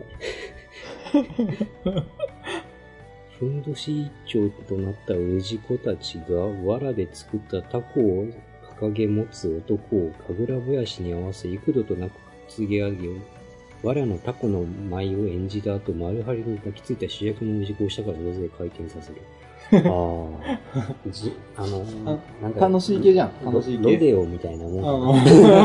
れ。ふんどし一丁となった氏子たちが藁で作ったタコを掲げ持つ男を神楽囃子に合わせ幾度となく担ぎ上げ、藁のタコの舞を演じた後、丸張りに抱きついた主役の氏子を下から大勢回転させる。なんか楽しい系じゃん。楽しい系。 ロデオみたいなもん。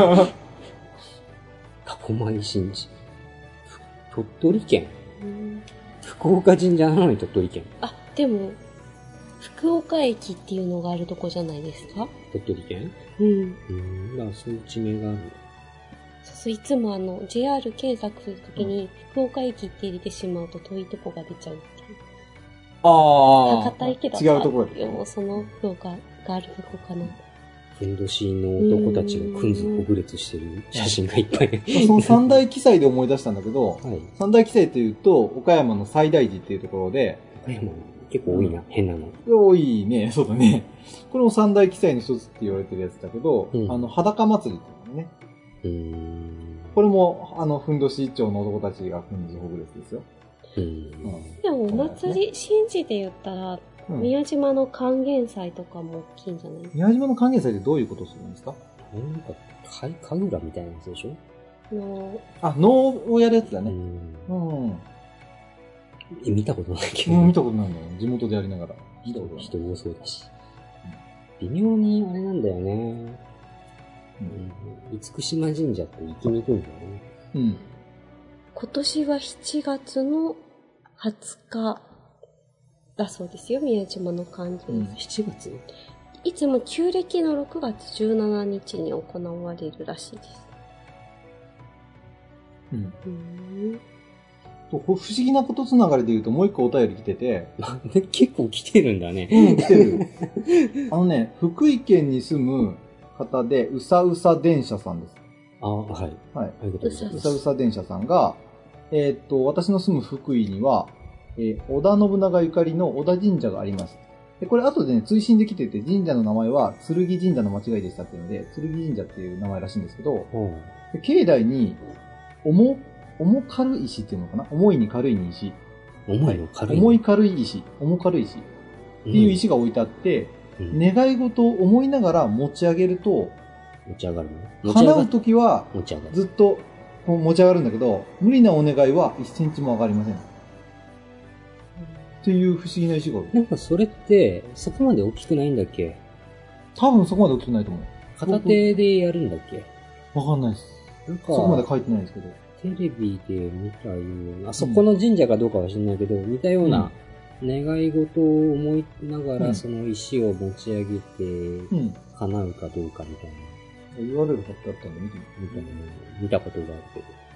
タコ舞神事。鳥取県。福岡神社なのに鳥取県。 あ、でも、福岡駅っていうのがあるとこじゃないですか？ 鳥取県？だからそういう地名がある。 そう、いつもJR 検索するときに、福岡駅って入れてしまうと遠いとこが出ちゃうっていう。博多駅だった。 違うところで。 もうその福岡があるとこかな。 ふんどしの男たちがくんずほぐれつしてる写真がいっぱい。 その三大奇祭で思い出したんだけど、三大奇祭というと、岡山の西大寺っていうところで、 岡山結構多いな、変なの。 多いね、そうだね。これも三大奇祭の一つって言われてるやつだけど、裸祭りっていうのね。これも、ふんどし一丁の男たちがくんずほぐれつですよ。 でも、お祭り、神事で言ったら、宮島の還元祭とかも大きいんじゃないですか？ 宮島の還元祭ってどういうことするんですか？ なんか、神楽みたいなやつでしょ？ 能をやるやつだね。 見たことないけど。 見たことないのよ。地元でやりながら。見たことない。 人多そうだし。微妙にあれなんだよね。厳島神社って行きにくいんだよね。 今年は7月の20日だそうですよ、宮島の還元。 7月？ いつも旧暦の6月17日に行われるらしいです。 不思議なことつながりで言うともう一個お便り来てて。 結構来てるんだね。 来てる。福井県に住む方で、うさうさ電車さんです。 はい。 うさうさ電車さんが、私の住む福井には、織田信長ゆかりの織田神社があります。で、これ後でね、追伸できてて、神社の名前は、剣神社の間違いでしたっていうので、剣神社っていう名前らしいんですけど、境内に、重軽石っていうのかな？重いに軽いに石。重い軽い石。重軽い石。っていう石が置いてあって、願い事を思いながら持ち上げると、 持ち上がるの？ 叶うときは、ずっと持ち上がるんだけど、無理なお願いは1センチも上がりません。っていう不思議な石がある。 なんかそれって、そこまで大きくないんだっけ？ 多分そこまで大きくないと思う。 片手でやるんだっけ？ わかんないです。そこまで書いてないですけど。 テレビで見たような、あそこの神社かどうかは知らないけど、似たような願い事を思いながら、その石を持ち上げて、叶うかどうかみたいな。 URL 貼ってあったんで見たことがある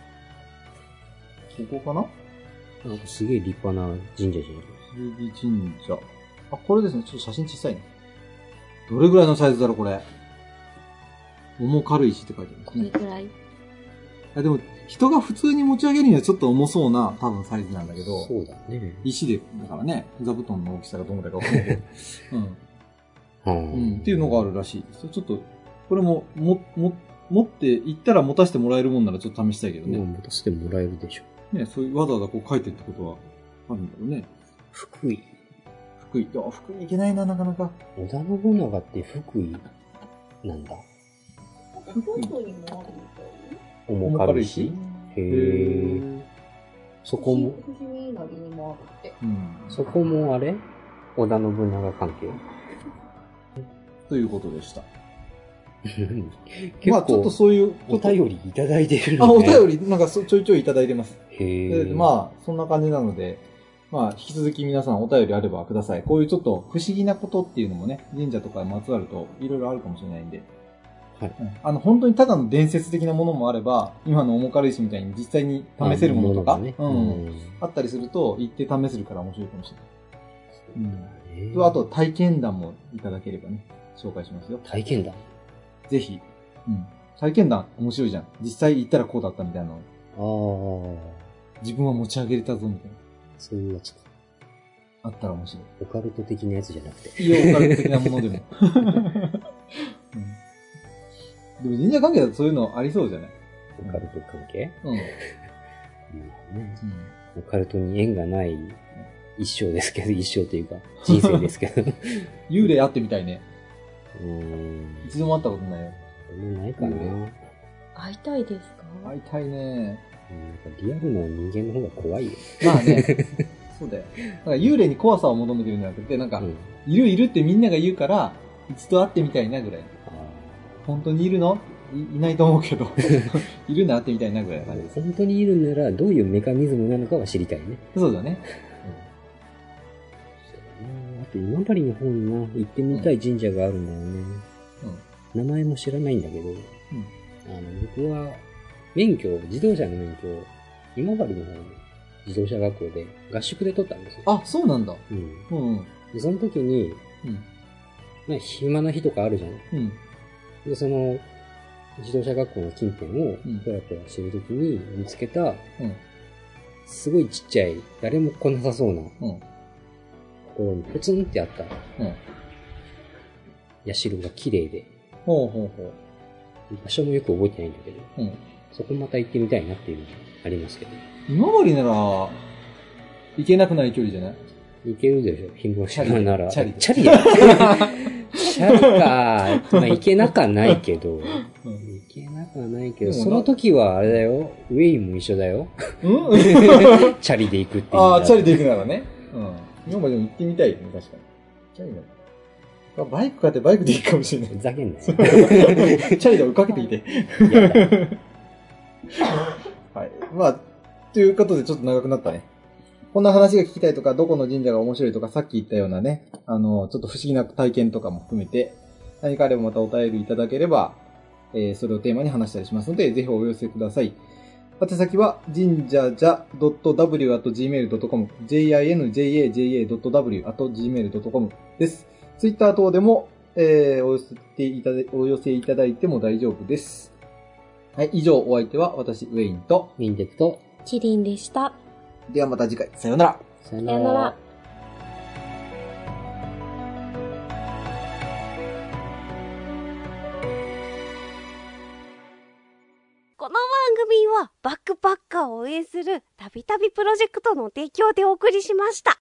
けど。ここかな？ なんかすげえ立派な神社じゃん。剣神社。これですね。ちょっと写真小さいね。どれぐらいのサイズだろう、これ。重軽石って書いてあるんですね。 これぐらい。 でも、人が普通に持ち上げるにはちょっと重そうな、多分サイズなんだけど。 そうだね。 石で、だからね、座布団の大きさがどのぐらいかわかんないけど。っていうのがあるらしいです。ちょっと、これも、持って行ったら持たせてもらえるもんならちょっと試したいけどね。 持たせてもらえるでしょ。 ね、そういうわざわざこう書いてってことはあるんだろうね。 福井。 福井行けないな、なかなか。 織田信長って福井なんだ。 福井にもあるみたいな。 重軽石？そこも。そこもあれ？織田信長関係？ ということでした。 まあちょっとそういうお便りいただいてるので。 お便りなんかちょいちょいいただいてます。まあそんな感じなので、 まあ、引き続き皆さんお便りあればください。こういうちょっと不思議なことっていうのもね、神社とかにまつわるといろいろあるかもしれないんで。はい。本当にただの伝説的なものもあれば、今の重軽石みたいに実際に試せるものとか、ね、あったりすると、行って試せるから面白いかもしれない。あと、体験談もいただければね、紹介しますよ。 体験談ぜひ。体験談面白いじゃん。実際行ったらこうだったみたいなの。 自分は持ち上げれたぞみたいな。 そういうやつか。 あったら面白い。 オカルト的なやつじゃなくて。 いや、オカルト的なものでも。でも神社関係だとそういうのありそうじゃない？ オカルト関係？ オカルトに縁がない一生ですけど、一生というか、人生ですけど。 幽霊会ってみたいね。一度も会ったことないよ。 ないかな。 会いたいですか？ 会いたいね。 リアルな人間の方が怖いよ。 まあね。そうだよ。だから幽霊に怖さを求めてるんじゃなくて、なんか、いるってみんなが言うから、一度会ってみたいなぐらい。本当にいるの？いないと思うけど。いるんだ会ってみたいなぐらい。 本当にいるなら、どういうメカニズムなのかは知りたいね。 そうだね。 あと、今治の方にな、行ってみたい神社があるんだよね。名前も知らないんだけど、僕は、自動車の免許を、今治の方の自動車学校で合宿で取ったんですよ。 あ、そうなんだ。 で、その時に、暇な日とかあるじゃん。で、その、自動車学校の近辺を、ぽやぽやしてる時に見つけた、すごいちっちゃい、誰も来なさそうな、ところにポツンってあった、社が綺麗で、場所もよく覚えてないんだけど、そこまた行ってみたいなっていうのがありますけど。 今治なら、行けなくない距離じゃない？ 行けるでしょ、貧乏島なら。 チャリチャリか。まあ、行けなかないけど、行けなかないけど、その時はあれだよ、ウェイも一緒だよ。チャリで行くっていう。 ああ、チャリで行くならね。今までも行ってみたいね、確かに。チャリだ。バイク買ってバイクで行くかもしれない。 ふざけんなよ。チャリで追いかけていて。はい。まあ、ということでちょっと長くなったね。こんな話が聞きたいとか、どこの神社が面白いとか、さっき言ったようなね、ちょっと不思議な体験とかも含めて、何かあればまたお便りいただければ、それをテーマに話したりしますので、ぜひお寄せください。宛先は、神社.w@gmail.com、jinjaja.w@gmail.com です。ツイッター等でも、お寄せいただいても大丈夫です。はい、以上、お相手は私、ウェインと、 ミンデクと、 キリンでした。 ではまた次回、さようなら。 さようなら。 この番組はバックパッカーを応援するたびたびプロジェクトの提供でお送りしました。